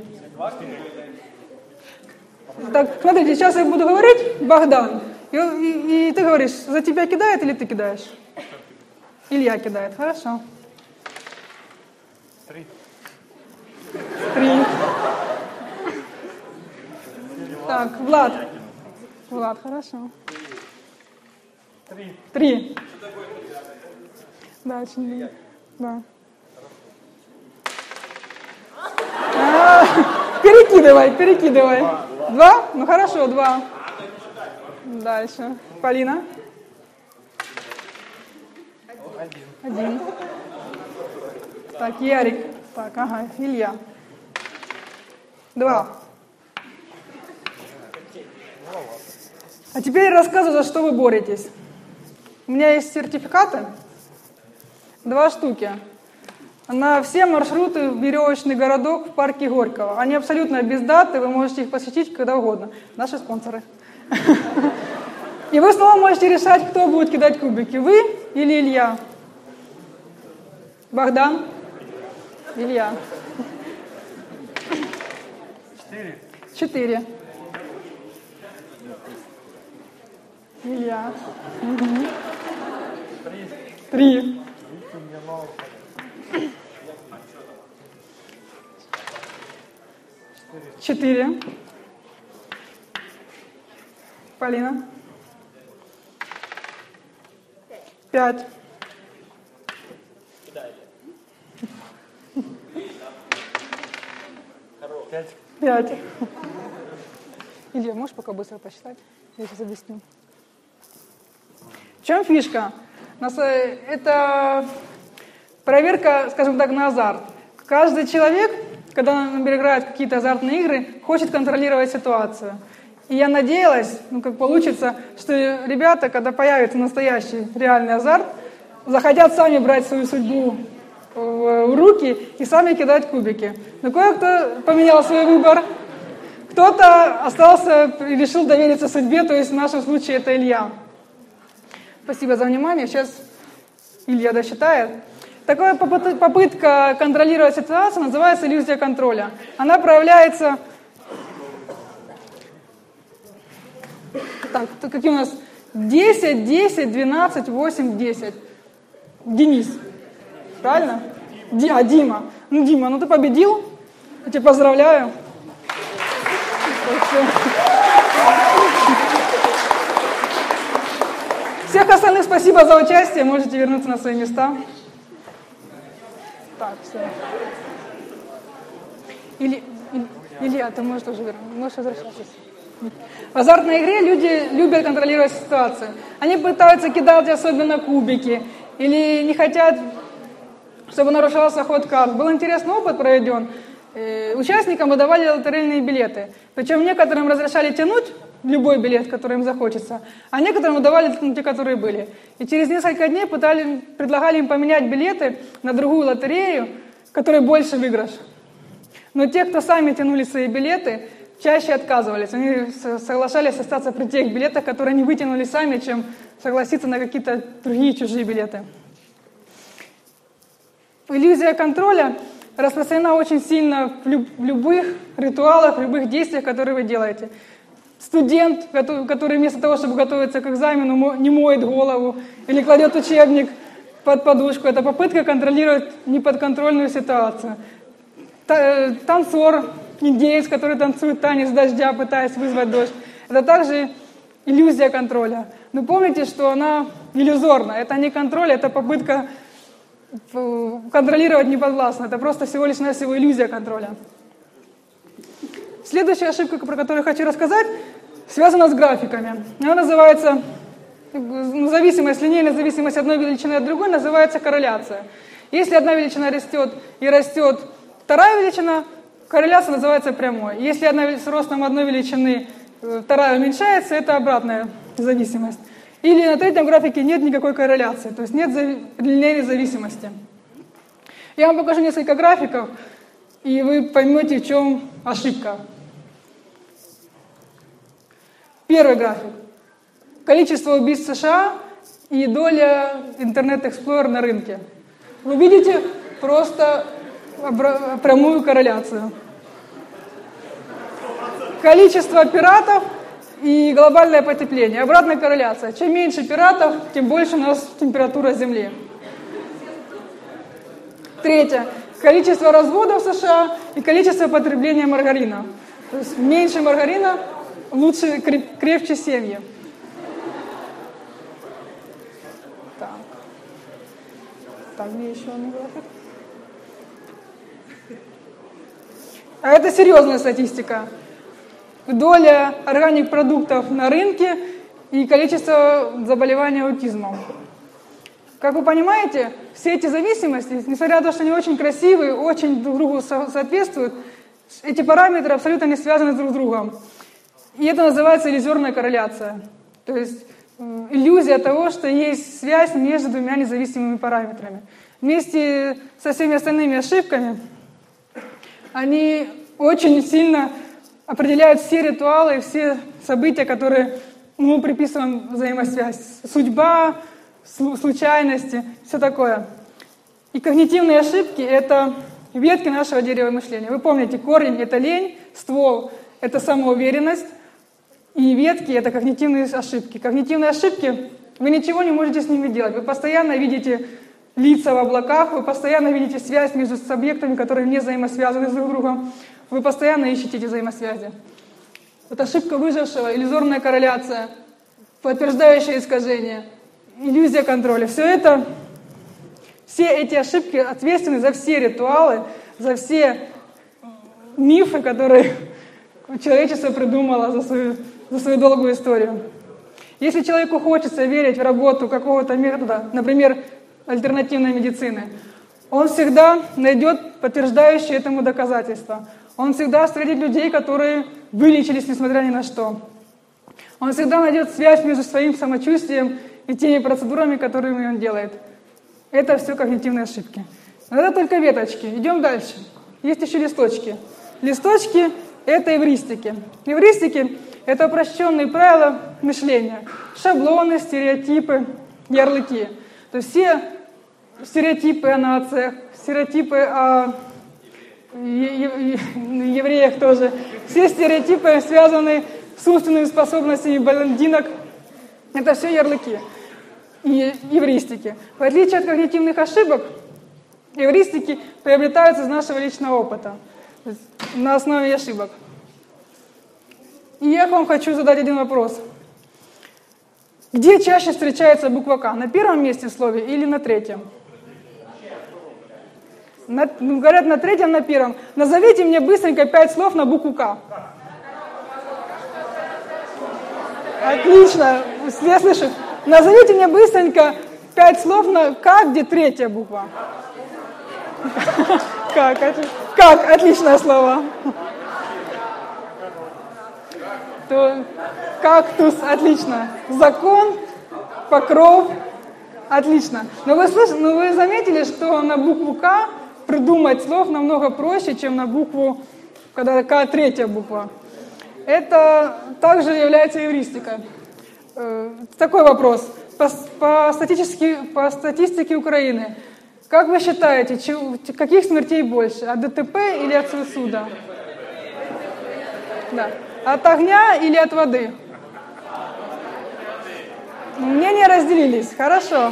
Так, смотрите, сейчас я буду говорить, Богдан, и ты говоришь, за тебя кидает или ты кидаешь? Илья кидает, хорошо. 3. Так, Влад, хорошо. 3. Да, очень много. Да. Перекидывай. 2? Ну хорошо, 2. Дальше. Полина? 1. Так, Ярик. Так, ага, Илья. 2. А теперь рассказываю, за что вы боретесь. У меня есть сертификаты. 2 штуки. На все маршруты в веревочный городок в парке Горького. Они абсолютно без даты, вы можете их посетить когда угодно. Наши спонсоры. И вы снова можете решать, кто будет кидать кубики. Вы или Илья? Богдан? Илья. 4. Илья. 3. 4. Полина. 5. 5. Илья, можешь пока быстро посчитать? Я сейчас объясню. В чем фишка? Это проверка, скажем так, на азарт. Каждый человек, когда, например, играет какие-то азартные игры, хочет контролировать ситуацию. И я надеялась, как получится, что ребята, когда появится настоящий реальный азарт, захотят сами брать свою судьбу в руки и сами кидать кубики. Но кое-кто поменял свой выбор, кто-то остался и решил довериться судьбе, то есть в нашем случае это Илья. Спасибо за внимание. Сейчас Илья досчитает. Такая попытка контролировать ситуацию называется иллюзия контроля. Она проявляется... Так, какие у нас? 10, 10, 12, 8, 10. Денис. Правильно? Дима. Дима, ты победил. Я тебя поздравляю. Всех остальных спасибо за участие. Можете вернуться на свои места. Так, все. Илья, ты можешь тоже вернуться. Можешь возвращаться. В азартной игре люди любят контролировать ситуацию. Они пытаются кидать особенно кубики. Или не хотят, чтобы нарушался ход карт. Был интересный опыт проведен. Участникам выдавали лотерейные билеты. Причем некоторым разрешали тянуть любой билет, который им захочется, а некоторым выдавали те, которые были. И через несколько дней предлагали им поменять билеты на другую лотерею, в которой больше выигрыш. Но те, кто сами тянули свои билеты, чаще отказывались. Они соглашались остаться при тех билетах, которые они вытянули сами, чем согласиться на какие-то другие чужие билеты. Иллюзия контроля распространена очень сильно в любых ритуалах, в любых действиях, которые вы делаете. Студент, который вместо того, чтобы готовиться к экзамену, не моет голову или кладет учебник под подушку. Это попытка контролировать неподконтрольную ситуацию. Танцор, индеец, который танцует танец дождя, пытаясь вызвать дождь. Это также иллюзия контроля. Но помните, что она иллюзорна. Это не контроль, это попытка контролировать неподвластно. Это просто всего лишь навсего иллюзия контроля. Следующая ошибка, про которую я хочу рассказать, связана с графиками. Она называется, зависимость, линейная зависимость одной величины от другой называется корреляция. Если одна величина растет и растет вторая величина, корреляция называется прямой. Если с ростом одной величины вторая уменьшается, это обратная зависимость. Или на третьем графике нет никакой корреляции, то есть нет линейной зависимости. Я вам покажу несколько графиков, и вы поймете, в чем ошибка. Первый график. Количество убийств в США и доля Internet Explorer на рынке. Вы видите просто прямую корреляцию. Количество пиратов и глобальное потепление. Обратная корреляция. Чем меньше пиратов, тем больше у нас температура Земли. Третье. Количество разводов в США и количество потребления маргарина. То есть меньше маргарина, лучше, крепче семьи. Так, где еще он график? А это серьезная статистика. Доля органик продуктов на рынке и количество заболеваний аутизмом. Как вы понимаете, все эти зависимости, несмотря на то, что они очень красивые, очень друг другу соответствуют, эти параметры абсолютно не связаны друг с другом. И это называется иллюзорная корреляция. То есть иллюзия того, что есть связь между двумя независимыми параметрами. Вместе со всеми остальными ошибками они очень сильно определяют все ритуалы, все события, которые мы приписываем взаимосвязь. Судьба, случайности, все такое. И когнитивные ошибки — это ветки нашего дерева мышления. Вы помните, корень — это лень, ствол — это самоуверенность, и ветки — это когнитивные ошибки. Когнитивные ошибки, вы ничего не можете с ними делать. Вы постоянно видите лица в облаках, вы постоянно видите связь между субъектами, которые не взаимосвязаны друг с другом. Вы постоянно ищете эти взаимосвязи. Вот ошибка выжившего, иллюзорная корреляция, подтверждающее искажение, иллюзия контроля. Все эти ошибки ответственны за все ритуалы, за все мифы, которые человечество придумало за свою долгую историю. Если человеку хочется верить в работу какого-то метода, например, альтернативной медицины, он всегда найдет подтверждающие этому доказательства. Он всегда встретит людей, которые вылечились несмотря ни на что. Он всегда найдет связь между своим самочувствием и теми процедурами, которыми он делает. Это все когнитивные ошибки. Но это только веточки. Идем дальше. Есть еще листочки. Листочки — это эвристики. Эвристики — это упрощенные правила мышления. Шаблоны, стереотипы, ярлыки. То есть все стереотипы о нациях, стереотипы о евреях тоже. Все стереотипы, связанные с умственными способностями блондинок, это все ярлыки и эвристики. В отличие от когнитивных ошибок, эвристики приобретаются из нашего личного опыта, то есть на основе ошибок. И я вам хочу задать один вопрос. Где чаще встречается буква К? На первом месте в слове или на третьем? Говорят, на третьем, на первом. Назовите мне быстренько 5 слов на букву К. Отлично. Я слышу. Назовите мне быстренько 5 слов на К, где третья буква. Как? Отличное слово. Кактус, отлично. Закон, покров, отлично. Но вы заметили, что на букву К придумать слов намного проще, чем на букву, когда К третья буква. Это также является эвристикой. Такой вопрос. По статистике Украины, как вы считаете, каких смертей больше? От ДТП или от суицида? Да. От огня или от воды? Мнения разделились. Хорошо.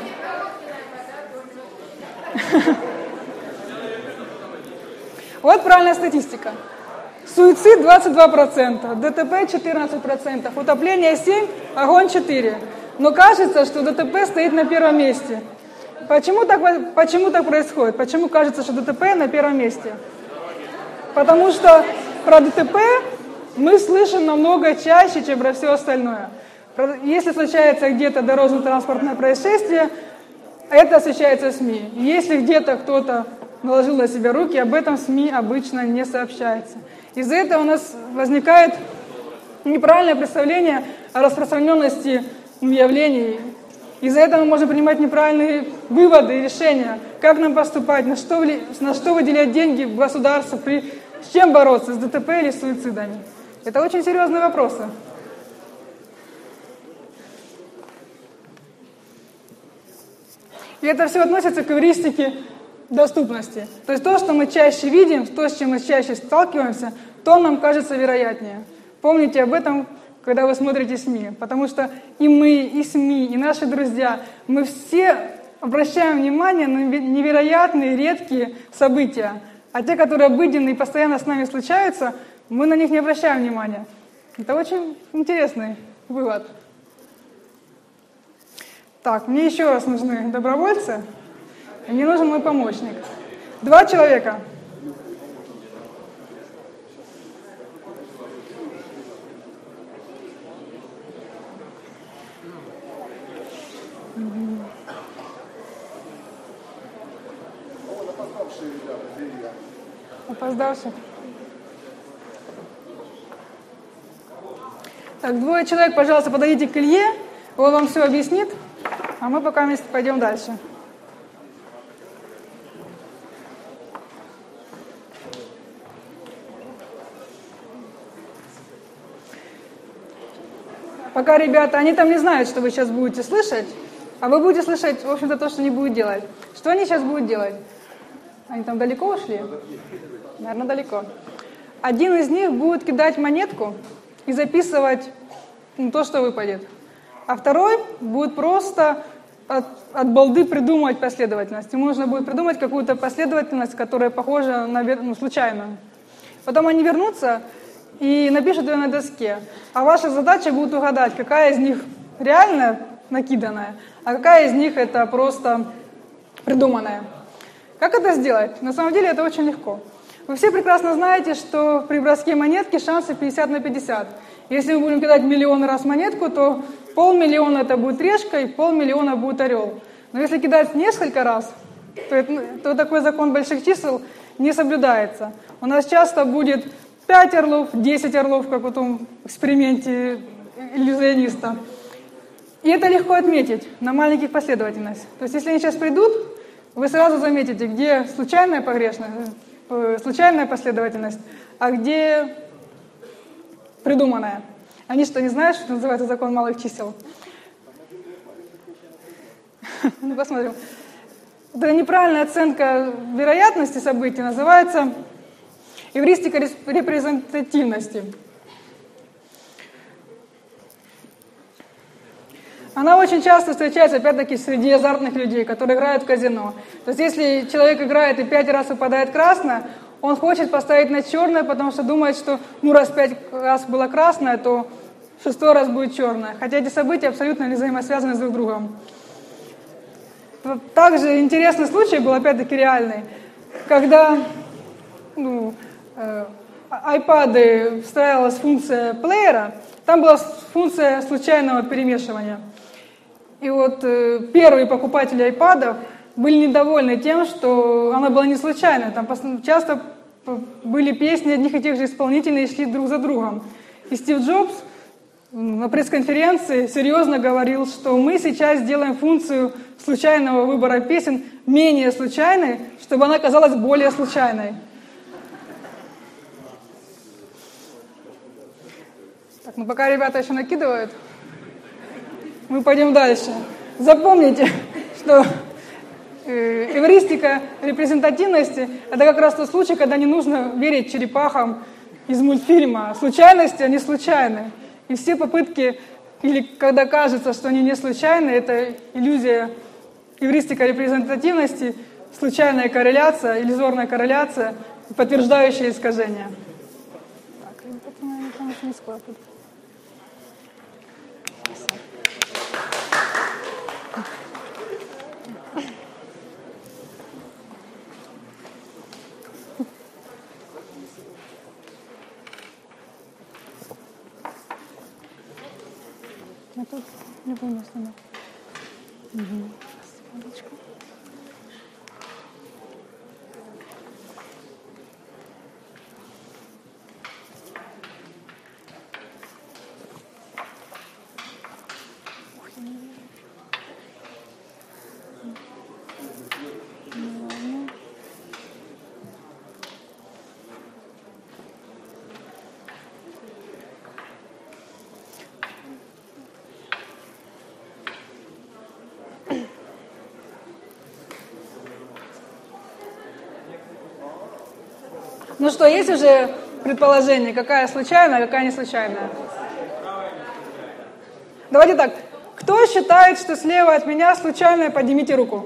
Вот правильная статистика. Суицид 22%, ДТП 14%, утопление 7%, огонь 4%. Но кажется, что ДТП стоит на первом месте. Почему так происходит? Почему кажется, что ДТП на первом месте? Потому что про ДТП мы слышим намного чаще, чем про все остальное. Если случается где-то дорожно-транспортное происшествие, это освещается в СМИ. Если где-то кто-то наложил на себя руки, об этом в СМИ обычно не сообщается. Из-за этого у нас возникает неправильное представление о распространенности явлений. Из-за этого мы можем принимать неправильные выводы и решения, как нам поступать, на что выделять деньги в государство, с чем бороться, с ДТП или с суицидами. Это очень серьезные вопросы. И это все относится к эвристике доступности. То есть то, что мы чаще видим, то, с чем мы чаще сталкиваемся, то нам кажется вероятнее. Помните об этом, когда вы смотрите СМИ. Потому что и мы, и СМИ, и наши друзья, мы все обращаем внимание на невероятные, редкие события. А те, которые обыденные и постоянно с нами случаются, мы на них не обращаем внимания. Это очень интересный вывод. Так, мне еще раз нужны добровольцы, и мне нужен мой помощник. 2 человека. Опоздавший. Так, 2 человек, пожалуйста, подойдите к Илье, он вам все объяснит, а мы пока вместе пойдем дальше. Пока, ребята, они там не знают, что вы сейчас будете слышать, а вы будете слышать, в общем-то, то, что они будут делать. Что они сейчас будут делать? Они там далеко ушли? Наверное, далеко. Один из них будет кидать монетку и записывать то, что выпадет. А второй будет просто от балды придумывать последовательность. Ему нужно будет придумать какую-то последовательность, которая похожа на случайную. Потом они вернутся и напишут ее на доске. А ваша задача будет угадать, какая из них реально накиданная, а какая из них это просто придуманная. Как это сделать? На самом деле это очень легко. Вы все прекрасно знаете, что при броске монетки шансы 50 на 50. Если мы будем кидать миллион раз монетку, то 500 000 это будет решка и 500 000 будет орел. Но если кидать несколько раз, то такой закон больших чисел не соблюдается. У нас часто будет 5 орлов, 10 орлов, как в том эксперименте иллюзиониста. И это легко отметить на маленьких последовательностях. То есть если они сейчас придут, вы сразу заметите, где случайная последовательность, а где придуманная. Они что, не знают, что называется закон малых чисел? Ну, посмотрим. Это неправильная оценка вероятности событий называется эвристика репрезентативности. Она очень часто встречается, опять-таки, среди азартных людей, которые играют в казино. То есть, если человек играет и 5 раз выпадает красное, он хочет поставить на черное, потому что думает, что, раз 5 раз было красное, то 6-й раз будет черное. Хотя эти события абсолютно не взаимосвязаны друг с другом. Также интересный случай был, опять-таки, реальный, когда iPad встраивалась функция плеера, там была функция случайного перемешивания. И вот первые покупатели iPad'ов были недовольны тем, что она была не случайной. Там часто были песни одних и тех же исполнителей и шли друг за другом. И Стив Джобс на пресс-конференции серьезно говорил, что мы сейчас сделаем функцию случайного выбора песен менее случайной, чтобы она казалась более случайной. Так, пока ребята еще накидывают, мы пойдем дальше. Запомните, что эвристика репрезентативности – это как раз тот случай, когда не нужно верить черепахам из мультфильма. Случайности, они случайны. И все попытки, или когда кажется, что они не случайны, это иллюзия эвристика репрезентативности, случайная корреляция, иллюзорная корреляция, подтверждающая искажение. Так, это, наверное, там еще не складывается. Я тут не помню основное. Секундочку. Ну что, есть уже предположение, какая случайная, какая не случайная? Давайте так. Кто считает, что слева от меня случайная, поднимите руку.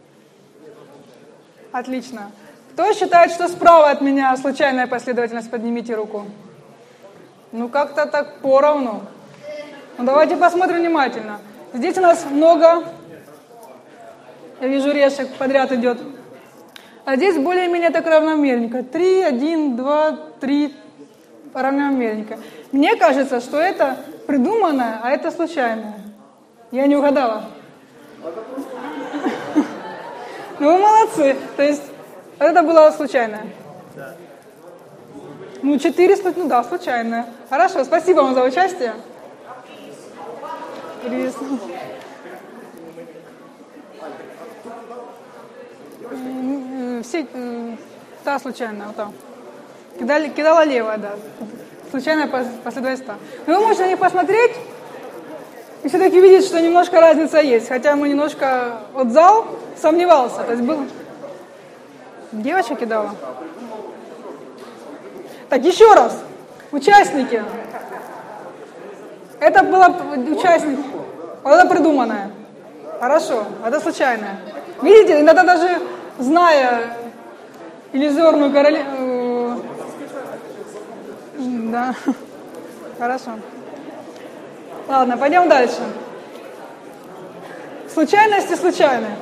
Отлично. Кто считает, что справа от меня случайная последовательность, поднимите руку. Ну, как-то так поровну. Ну, давайте посмотрим внимательно. Здесь у нас много, я вижу, решек подряд идет. А здесь более-менее так равномерненько. 3, 1, 2, 3, равномерненько. Мне кажется, что это придуманное, а это случайное. Я не угадала. Ну, вы молодцы. То есть, это было случайное. Ну, 4, ну да, случайное. Хорошо, спасибо вам за участие. Все, та случайная, вот там. Кидала левая, да. Случайная последовательность. Но вы можете на них посмотреть и все-таки видеть, что немножко разница есть. Хотя мы немножко, вот зал сомневался. То есть был... Девочка кидала. Так, еще раз. Участники. Это было участники. Вот это придуманное. Хорошо, это случайное. Видите, иногда даже зная иллюзорную королеву... Да, хорошо. Ладно, пойдем дальше. Случайности случайные.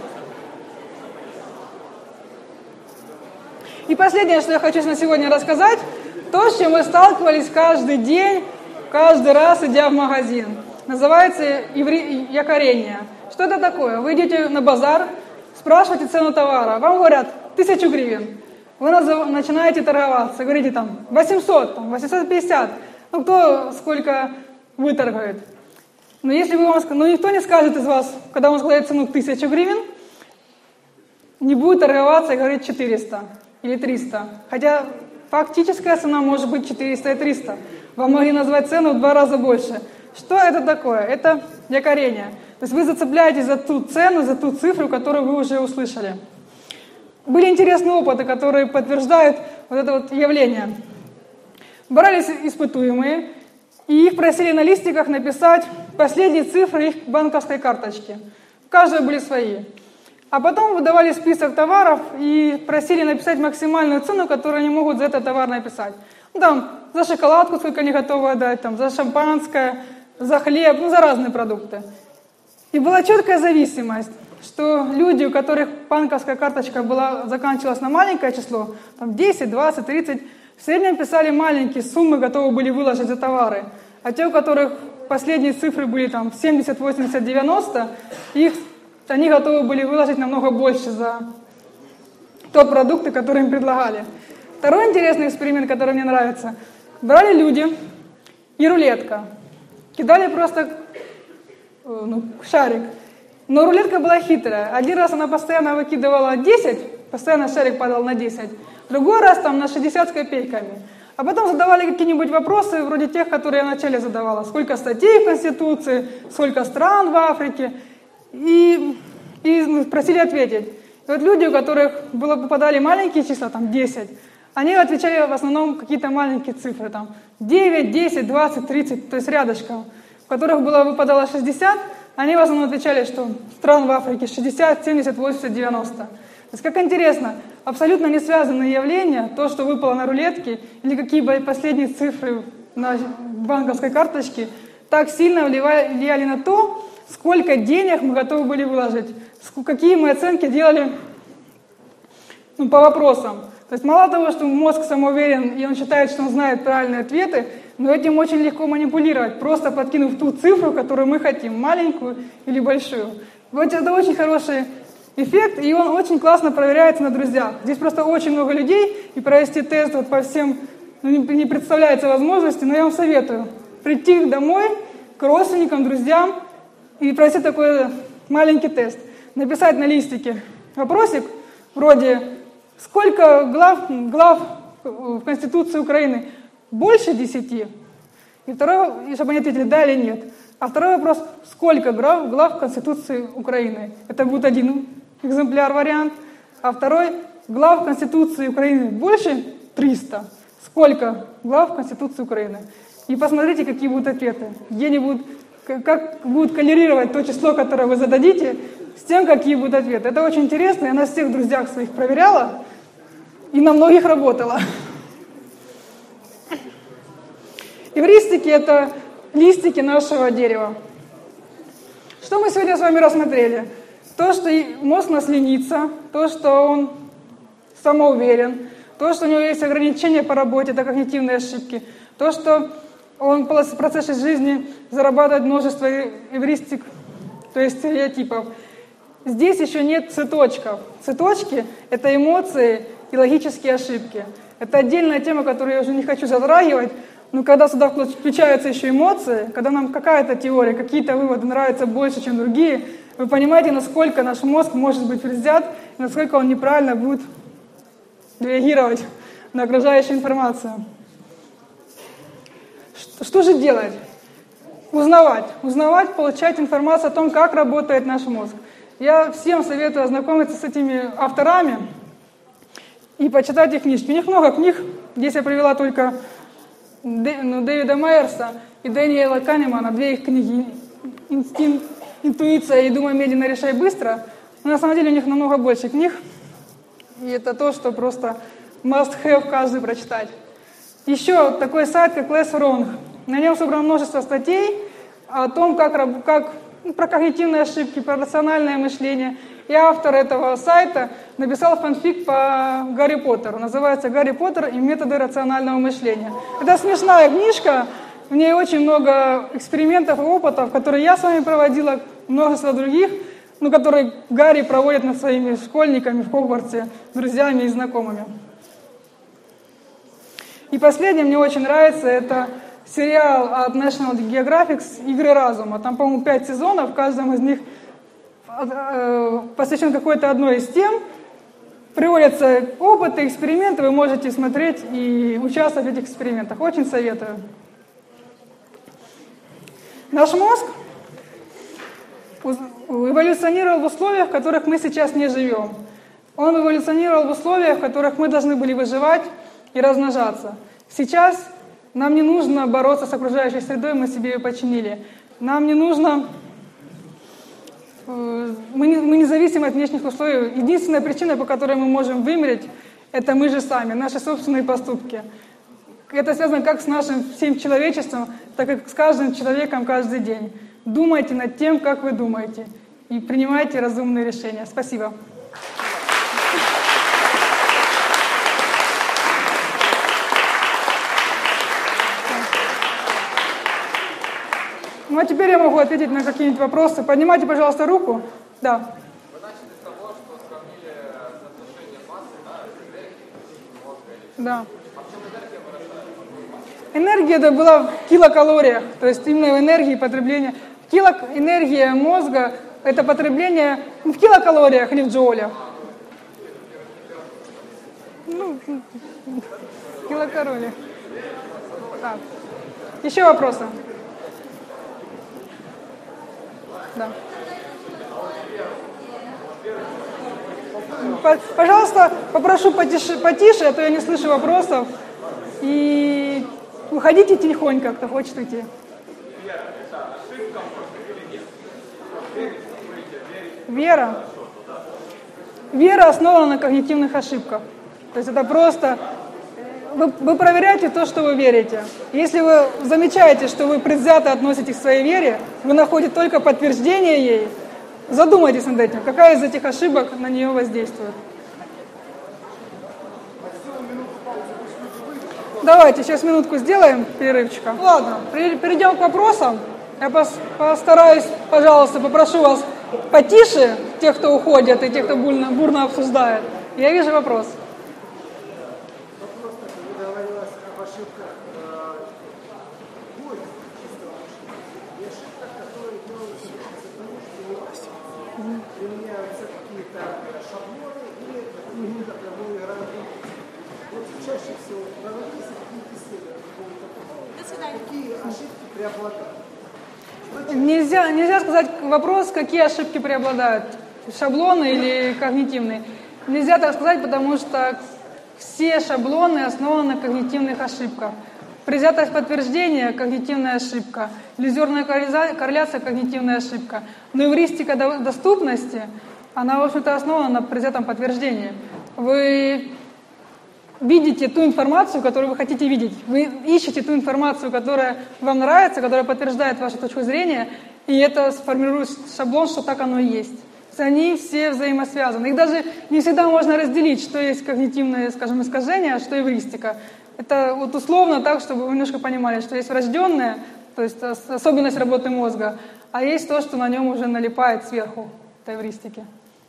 И последнее, что я хочу на сегодня рассказать, то, с чем мы сталкивались каждый день, каждый раз, идя в магазин. Называется якорение. Что это такое? Вы идете на базар, спрашиваете цену товара, вам говорят 1000 гривен. Вы начинаете торговаться, говорите там 800, там, 850. Ну, кто сколько выторгует. Но если вы вам, ну, никто не скажет из вас, когда вам сказать цену 1000 гривен, не будет торговаться и говорить 400 или 300. Хотя фактическая цена может быть 400 и 300. Вам могли назвать цену в 2 раза больше. Что это такое? Это якорение. То есть вы зацепляетесь за ту цену, за ту цифру, которую вы уже услышали. Были интересные опыты, которые подтверждают вот это вот явление. Брались испытуемые, и их просили на листиках написать последние цифры их банковской карточки. У каждого были свои. А потом выдавали список товаров и просили написать максимальную цену, которую они могут за этот товар написать. Ну, там, за шоколадку, сколько они готовы отдать, там, за шампанское, за хлеб, ну, за разные продукты. И была четкая зависимость, что люди, у которых банковская карточка заканчивалась на маленькое число, там 10, 20, 30, в среднем писали маленькие суммы, готовы были выложить за товары. А те, у которых последние цифры были там 70, 80, 90, они готовы были выложить намного больше за тот продукт, который им предлагали. Второй интересный эксперимент, который мне нравится. Брали люди и рулетка. Кидали просто шарик. Но рулетка была хитрая. Один раз она постоянно выкидывала 10, постоянно шарик падал на 10. Другой раз там на 60 с копейками. А потом задавали какие-нибудь вопросы, вроде тех, которые я вначале задавала. Сколько статей в Конституции, сколько стран в Африке. И просили ответить. И вот люди, у которых попадали маленькие числа, там 10, они отвечали в основном какие-то маленькие цифры. Там 9, 10, 20, 30, то есть рядышком. У которых выпадало 60, они в основном отвечали, что стран в Африке 60, 70, 80, 90. То есть, как интересно, абсолютно не связанные явления, то, что выпало на рулетке, или какие последние цифры на банковской карточке, так сильно влияли на то, сколько денег мы готовы были выложить, какие мы оценки делали по вопросам. То есть мало того, что мозг самоуверен, и он считает, что он знает правильные ответы, но этим очень легко манипулировать, просто подкинув ту цифру, которую мы хотим, маленькую или большую. Вот это очень хороший эффект, и он очень классно проверяется на друзьях. Здесь просто очень много людей, и провести тест вот по всем не представляется возможности, но я вам советую прийти домой к родственникам, друзьям и провести такой маленький тест. Написать на листике вопросик вроде «Сколько глав в Конституции Украины? Больше 10?» И второй, чтобы они ответили «да» или «нет». А второй вопрос – сколько глав в Конституции Украины? Это будет один экземпляр вариант. А второй – глав Конституции Украины больше 300. Сколько глав Конституции Украины? И посмотрите, какие будут ответы. Где-нибудь, как будут коррелировать то число, которое вы зададите, с тем, какие будут ответы. Это очень интересно. Я на всех друзьях своих проверяла и на многих работала. Эвристики — это листики нашего дерева. Что мы сегодня с вами рассмотрели? То, что мозг у нас ленится, то, что он самоуверен, то, что у него есть ограничения по работе, это когнитивные ошибки, то, что он в процессе жизни зарабатывает множество эвристик, то есть стереотипов. Здесь еще нет цветочков. Цветочки — это эмоции и логические ошибки. Это отдельная тема, которую я уже не хочу затрагивать, но когда сюда включаются еще эмоции, когда нам какая-то теория, какие-то выводы нравятся больше, чем другие, вы понимаете, насколько наш мозг может быть предвзят, насколько он неправильно будет реагировать на окружающую информацию. Что же делать? Узнавать, получать информацию о том, как работает наш мозг. Я всем советую ознакомиться с этими авторами и почитать их книжки. У них много книг. Здесь я привела только Дэвида Майерса и Дэниела Канемана, две их книги «Инстинкт, интуиция» и «Думай медленно, решай быстро». Но на самом деле у них намного больше книг. И это то, что просто must have каждый прочитать. Еще такой сайт, как Less Wrong. На нем собрано множество статей о том, про когнитивные ошибки, про рациональное мышление. И автор этого сайта написал фанфик по Гарри Поттеру. Называется «Гарри Поттер и методы рационального мышления». Это смешная книжка, в ней очень много экспериментов и опытов, которые я с вами проводила, множество других, которые Гарри проводит над своими школьниками в Хогвартсе, друзьями и знакомыми. И последнее, мне очень нравится, это сериал от National Geographic «Игры разума». Там, по-моему, 5 сезонов, в каждом из них посвящен какой-то одной из тем. Приводятся опыты, эксперименты, вы можете смотреть и участвовать в этих экспериментах. Очень советую. Наш мозг эволюционировал в условиях, в которых мы сейчас не живем. Он эволюционировал в условиях, в которых мы должны были выживать и размножаться. Сейчас нам не нужно бороться с окружающей средой, мы себе ее подчинили. Нам не нужно... Мы не зависим от внешних условий. Единственная причина, по которой мы можем вымереть, это мы же сами, наши собственные поступки. Это связано как с нашим всем человечеством, так и с каждым человеком каждый день. Думайте над тем, как вы думаете, и принимайте разумные решения. Спасибо. Ну а теперь я могу ответить на какие-нибудь вопросы. Поднимайте, пожалуйста, руку. Да. Вы начали с того, что сравнили соотношение массы, энергии, мозга. Да. А в чем энергия выражается? Энергия это была в килокалориях, то есть именно в энергии потребления. Энергия мозга – это потребление в килокалориях или в джоулях. В килокалориях. Так. Еще вопросы? Да. Пожалуйста, попрошу потише, а то я не слышу вопросов. И уходите тихонько, кто хочет уйти. Вера. Вера основана на когнитивных ошибках. То есть это просто... Вы проверяете то, что вы верите. Если вы замечаете, что вы предвзято относитесь к своей вере, вы находите только подтверждение ей, задумайтесь над этим, какая из этих ошибок на нее воздействует. Давайте сейчас минутку сделаем перерывчика. Ладно, перейдем к вопросам. Я постараюсь, пожалуйста, попрошу вас потише, тех, кто уходит, и тех, кто бурно обсуждает. Я вижу вопрос. Применяются какие-то шаблоны или какие-то прямые рамки. Вот чаще всего проводились какие-то исследования. Какие ошибки преобладают? Нельзя сказать вопрос, какие ошибки преобладают, шаблоны или когнитивные. Нельзя так сказать, потому что все шаблоны основаны на когнитивных ошибках. Предвзятость подтверждения – когнитивная ошибка. Иллюзорная корреляция – когнитивная ошибка. Но эвристика доступности, она, в общем-то, основана на предвзятом подтверждении. Вы видите ту информацию, которую вы хотите видеть. Вы ищете ту информацию, которая вам нравится, которая подтверждает вашу точку зрения, и это сформирует шаблон, что так оно и есть. Они все взаимосвязаны. Их даже не всегда можно разделить, что есть когнитивное, скажем, искажение, а что эвристика. Это вот условно так, чтобы вы немножко понимали, что есть врожденное, то есть особенность работы мозга, а есть то, что на нем уже налипает сверху, это эвристики.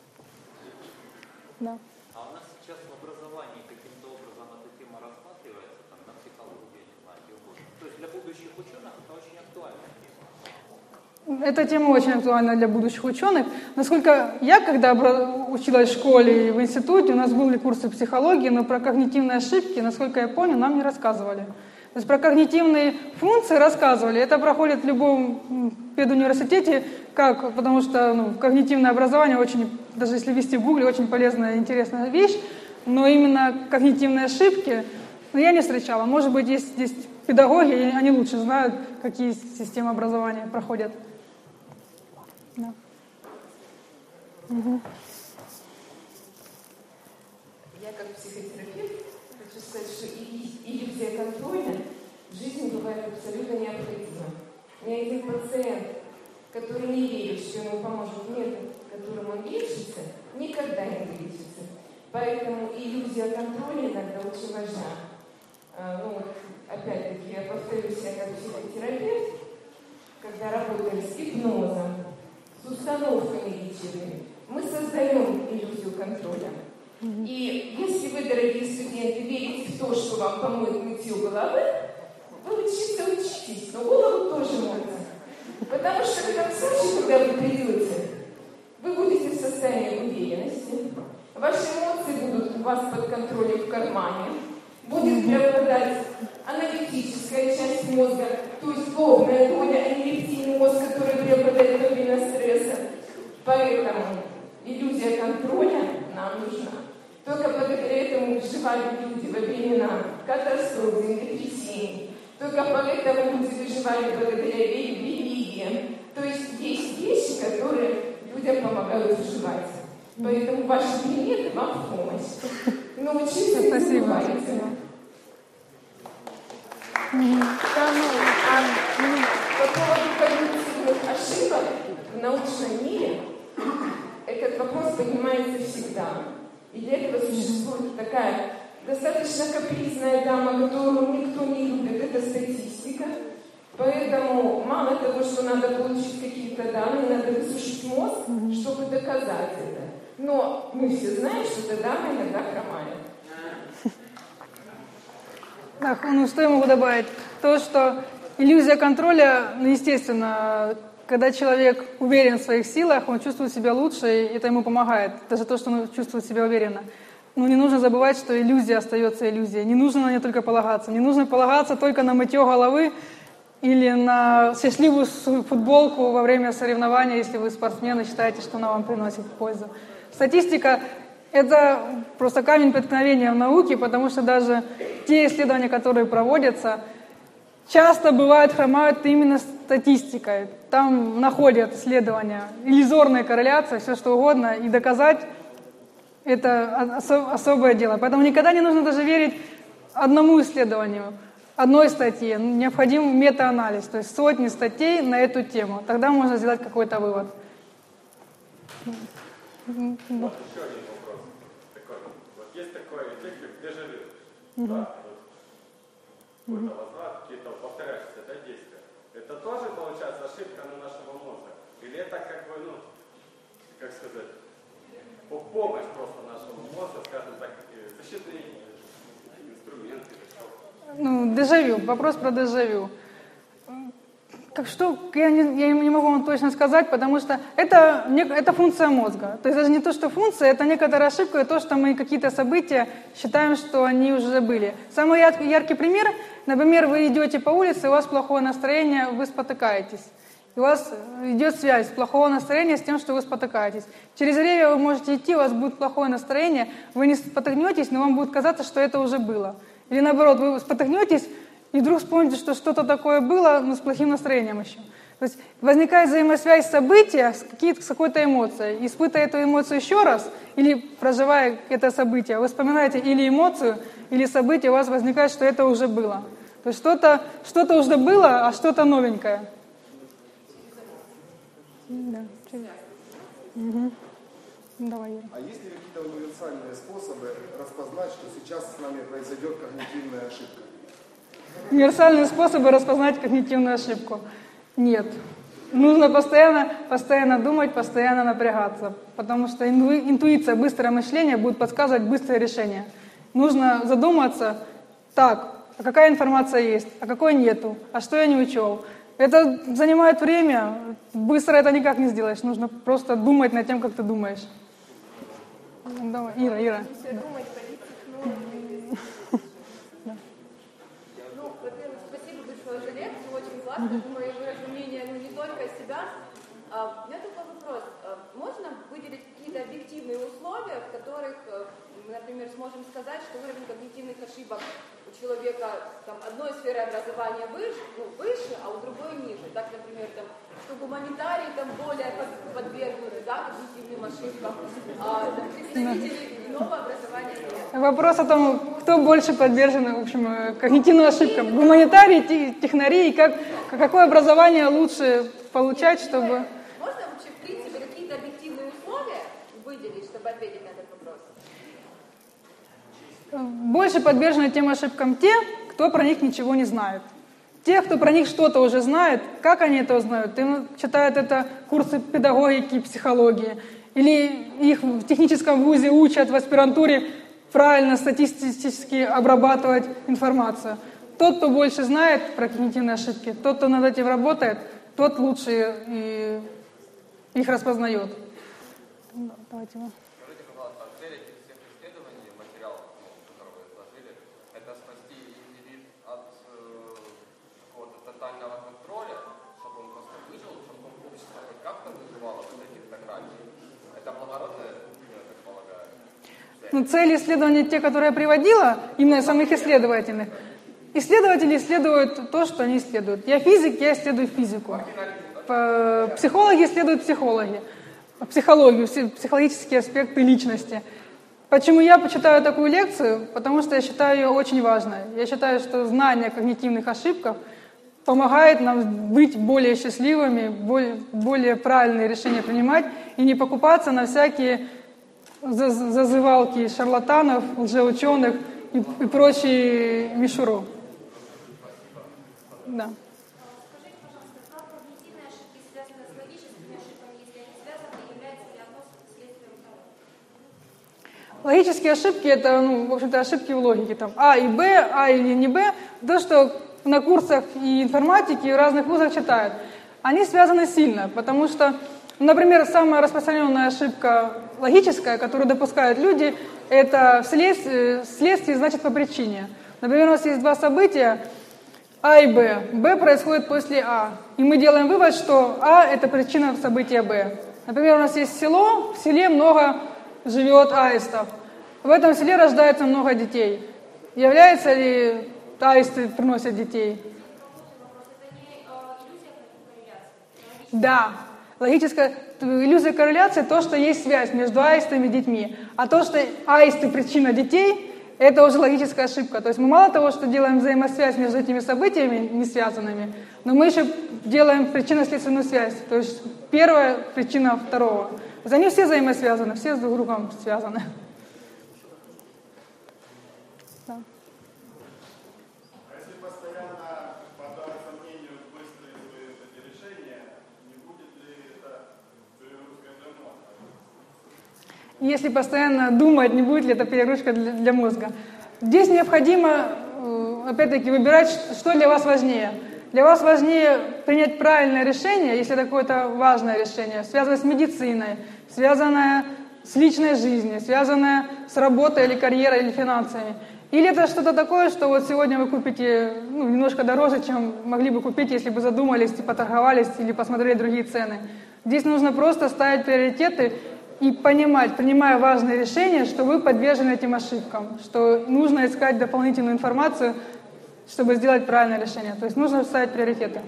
Да. А у нас сейчас в образовании каким-то образом эта тема рассматривается, там, на психологии, не знаю, где угодно. То есть для будущих ученых это очень актуальная тема. Эта тема очень актуальна для будущих ученых. Насколько я, когда училась в школе и в институте, у нас были курсы психологии, но про когнитивные ошибки, насколько я помню, нам не рассказывали. То есть про когнитивные функции рассказывали. Это проходит в любом педуниверситете, потому что когнитивное образование очень, даже если ввести в Гугле, очень полезная и интересная вещь, но именно когнитивные ошибки я не встречала. Может быть, есть здесь педагоги, и они лучше знают, какие системы образования проходят. Да. Угу. Я как психотерапевт хочу сказать, что иллюзия контроля в жизни бывает абсолютно необходима. Ни один пациент, который не верит, что ему поможет метод, которым он лечится, никогда не вылечится. Поэтому иллюзия контроля иногда очень важна. Опять-таки, я повторюсь, я как психотерапевт, когда работаем с гипнозом, с установками лечебными, мы создаем иллюзию контроля. И если вы, дорогие студенты, верите в то, что вам помоет мытье головы, вы учитесь, но голову тоже можно. Потому что в этом случае, когда вы придете, вы будете в состоянии уверенности, ваши эмоции будут у вас под контролем в кармане, будет преобладать аналитическая часть мозга, то есть лобная доля, а не рептильный мозг, который преобладает во время стресса. Поэтому иллюзия контроля нам нужна. Только благодаря этому выживали люди во времена катастроф, землетрясений. Только поэтому люди выживали благодаря религиям. То есть вещи, которые людям помогают выживать. Поэтому ваши приметы вам в помощь. Научиться не забывайте. По поводу когнитивных ошибок в научном мире этот вопрос поднимается всегда. И для этого существует такая достаточно капризная дама, которую никто не любит, это статистика. Поэтому мало того, что надо получить какие-то данные, надо высушить мозг, чтобы доказать это. Но мы все знаем, что эта дама иногда хромает. Что я могу добавить? То, что иллюзия контроля, естественно, когда человек уверен в своих силах, он чувствует себя лучше, и это ему помогает. Даже то, что он чувствует себя уверенно. Но не нужно забывать, что иллюзия остается иллюзией. Не нужно на нее только полагаться. Не нужно полагаться только на мытье головы или на счастливую футболку во время соревнования, если вы спортсмен и считаете, что она вам приносит пользу. Статистика – это просто камень преткновения в науке, потому что даже те исследования, которые проводятся, часто бывают хромают именно статистикой. Там находят исследования, иллюзорная корреляция, все что угодно, и доказать это особое дело. Поэтому никогда не нужно даже верить одному исследованию, одной статье. Необходим метаанализ, то есть сотни статей на эту тему. Тогда можно сделать какой-то вывод. Вот еще один вопрос. Вот есть такой эффект, как дежавю. Да, какой-то возврат, какие-то повторяющиеся действия. Это тоже, получается, ошибка нашего мозга? Или это как сказать, помощь просто нашему мозгу, скажем так, защитный инструмент или что? Дежавю. Вопрос про дежавю. Я не могу вам точно сказать, потому что это функция мозга. То есть даже не то, что функция, это некоторая ошибка, и то, что мы какие-то события считаем, что они уже были. Самый яркий пример, например, вы идете по улице, у вас плохое настроение, вы спотыкаетесь. И у вас идет связь плохого настроения с тем, что вы спотыкаетесь. Через время вы можете идти, у вас будет плохое настроение, вы не спотыкнетесь, но вам будет казаться, что это уже было. Или наоборот, вы спотыкнетесь, и вдруг вспомните, что что-то такое было, но с плохим настроением еще. То есть возникает взаимосвязь события с какой-то эмоцией. Испытывая эту эмоцию еще раз, или проживая это событие, вы вспоминаете или эмоцию, или событие, у вас возникает, что это уже было. То есть что-то уже было, а что-то новенькое. Да. Угу. Давай, Юра. А есть ли какие-то универсальные способы распознать, что сейчас с нами произойдет когнитивная ошибка? Универсальные способы распознать когнитивную ошибку? Нет. Нужно постоянно думать, постоянно напрягаться, потому что интуиция, быстрое мышление будет подсказывать быстрое решение. Нужно задуматься, так, а какая информация есть, а какой нету, а что я не учел. Это занимает время, быстро это никак не сделаешь, нужно просто думать над тем, как ты думаешь. Давай, Ира. Думать, Ну, во-первых, спасибо большое за лекцию, очень классно, думаю, вы мнение не только себя. У меня такой вопрос. Можно выделить какие-то объективные условия, в которых мы, например, сможем сказать, что уровень когнитивных ошибок у человека там, одной сферы образования выше, а у другой ниже. Так, например, там, что гуманитарии там более подвергнуты когнитивным ошибкам, а представители иного образования нет. Вопрос о том, кто больше подвержен, в общем, когнитивным ошибкам. Гуманитарии, технари, и какое образование лучше получать, чтобы... Можно вообще, в принципе, какие-то объективные условия выделить, чтобы ответить на этот вопрос? Больше подвержены тем ошибкам те, кто про них ничего не знает. Те, кто про них что-то уже знает, как они это узнают? Читают это курсы педагогики и психологии. Или их в техническом вузе учат в аспирантуре правильно статистически обрабатывать информацию. Тот, кто больше знает про когнитивные ошибки, тот, кто над этим работает, тот лучше их распознает. Давайте. Скажите, пожалуйста, цель этих всех исследований, материалов, которые вы изложили, это спасти индивид от какого-то тотального контроля, чтобы он просто выжил, чтобы общество хоть как-то выживало от этих фотографий. Это благородная, я так полагаю. Цели исследований, те, которые я приводила, именно самых исследовательных. Исследователи исследуют то, что они исследуют. Я физик, я исследую физику. Психологи исследуют психологию, психологические аспекты личности. Почему я почитаю такую лекцию? Потому что я считаю ее очень важной. Я считаю, что знание о когнитивных ошибках помогает нам быть более счастливыми, более правильные решения принимать и не покупаться на всякие зазывалки шарлатанов, лжеученых и прочие мишуру. Да. Скажите, пожалуйста, как когнитивные ошибки связаны с логическими ошибками, если они связаны, является ли одно следствием того? Логические ошибки — это, в общем-то, ошибки в логике. Там А и Б, А или не Б. То, что на курсах и информатики и в разных вузах читают, они связаны сильно, потому что, например, самая распространенная ошибка логическая, которую допускают люди, это следствие, значит, по причине. Например, у нас есть два события, А и Б. Б происходит после А. И мы делаем вывод, что А — это причина события Б. Например, у нас есть село, в селе много живет аистов. В этом селе рождается много детей. Является ли аисты приносят детей? Да. Логическая иллюзия корреляции — то, что есть связь между аистами и детьми. А то, что аисты — причина детей, это уже логическая ошибка. То есть мы мало того, что делаем взаимосвязь между этими событиями не связанными, но мы еще делаем причинно-следственную связь. То есть первая причина второго. То есть они все взаимосвязаны, все с друг другом связаны. Да. А если постоянно поддавать сомнению быстрые эти решения, не будет ли это перегрузкой для мозга? Если постоянно думать, не будет ли это перегрузка для мозга. Здесь необходимо, опять-таки, выбирать, что для вас важнее. Для вас важнее принять правильное решение, если это какое-то важное решение, связанное с медициной, связанное с личной жизнью, связанное с работой или карьерой или финансами. Или это что-то такое, что вот сегодня вы купите немножко дороже, чем могли бы купить, если бы задумались, поторговались или посмотрели другие цены. Здесь нужно просто ставить приоритеты и понимать, принимая важные решения, что вы подвержены этим ошибкам, что нужно искать дополнительную информацию, чтобы сделать правильное решение. То есть нужно ставить приоритеты.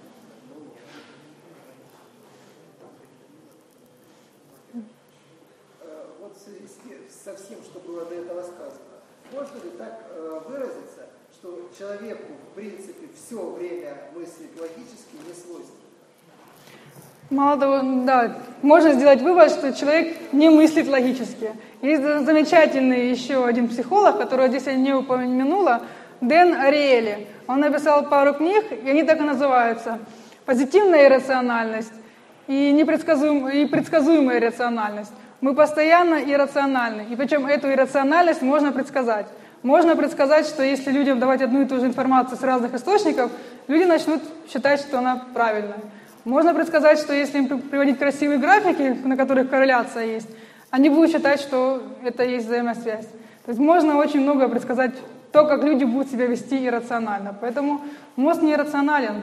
Вот в связи со всем, что было до этого сказано, можно ли так выразиться, что человеку, в принципе, все время мыслить логически не свойственно? Мало того, да, можно сделать вывод, что человек не мыслит логически. Есть замечательный еще один психолог, которого здесь я не упомянула, Дэн Ариэли. Он написал пару книг, и они так и называются. «Позитивная иррациональность» и «Предсказуемая иррациональность». Мы постоянно иррациональны, и причем эту иррациональность можно предсказать. Можно предсказать, что если людям давать одну и ту же информацию с разных источников, люди начнут считать, что она правильная. Можно предсказать, что если им приводить красивые графики, на которых корреляция есть, они будут считать, что это есть взаимосвязь. То есть можно очень много предсказать то, как люди будут себя вести иррационально. Поэтому мозг не иррационален.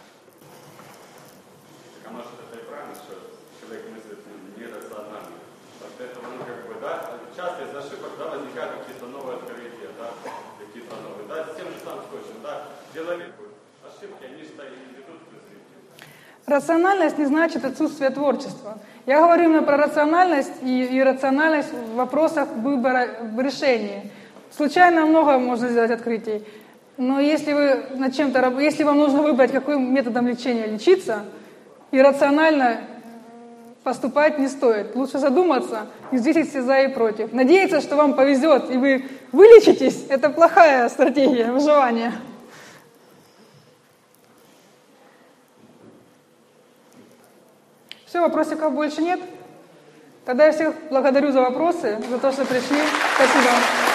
А может, это и правильно, что человек мыслит нерационально. От этого, да, часто из ошибок, да, возникают какие-то новые открытия, да, какие-то новые, да, с тем же самым скотчем, да, делали ошибки, они же и ведут к развитию. Рациональность не значит отсутствие творчества. Я говорю именно про рациональность и иррациональность в вопросах выбора в решении. Случайно много можно сделать открытий, но если вы над чем-то, если вам нужно выбрать, каким методом лечения лечиться, иррационально поступать не стоит. Лучше задуматься и взвесить все за и против. Надеяться, что вам повезет и вы вылечитесь, это плохая стратегия выживания. Все, вопросиков больше нет? Тогда я всех благодарю за вопросы, за то, что пришли. Спасибо.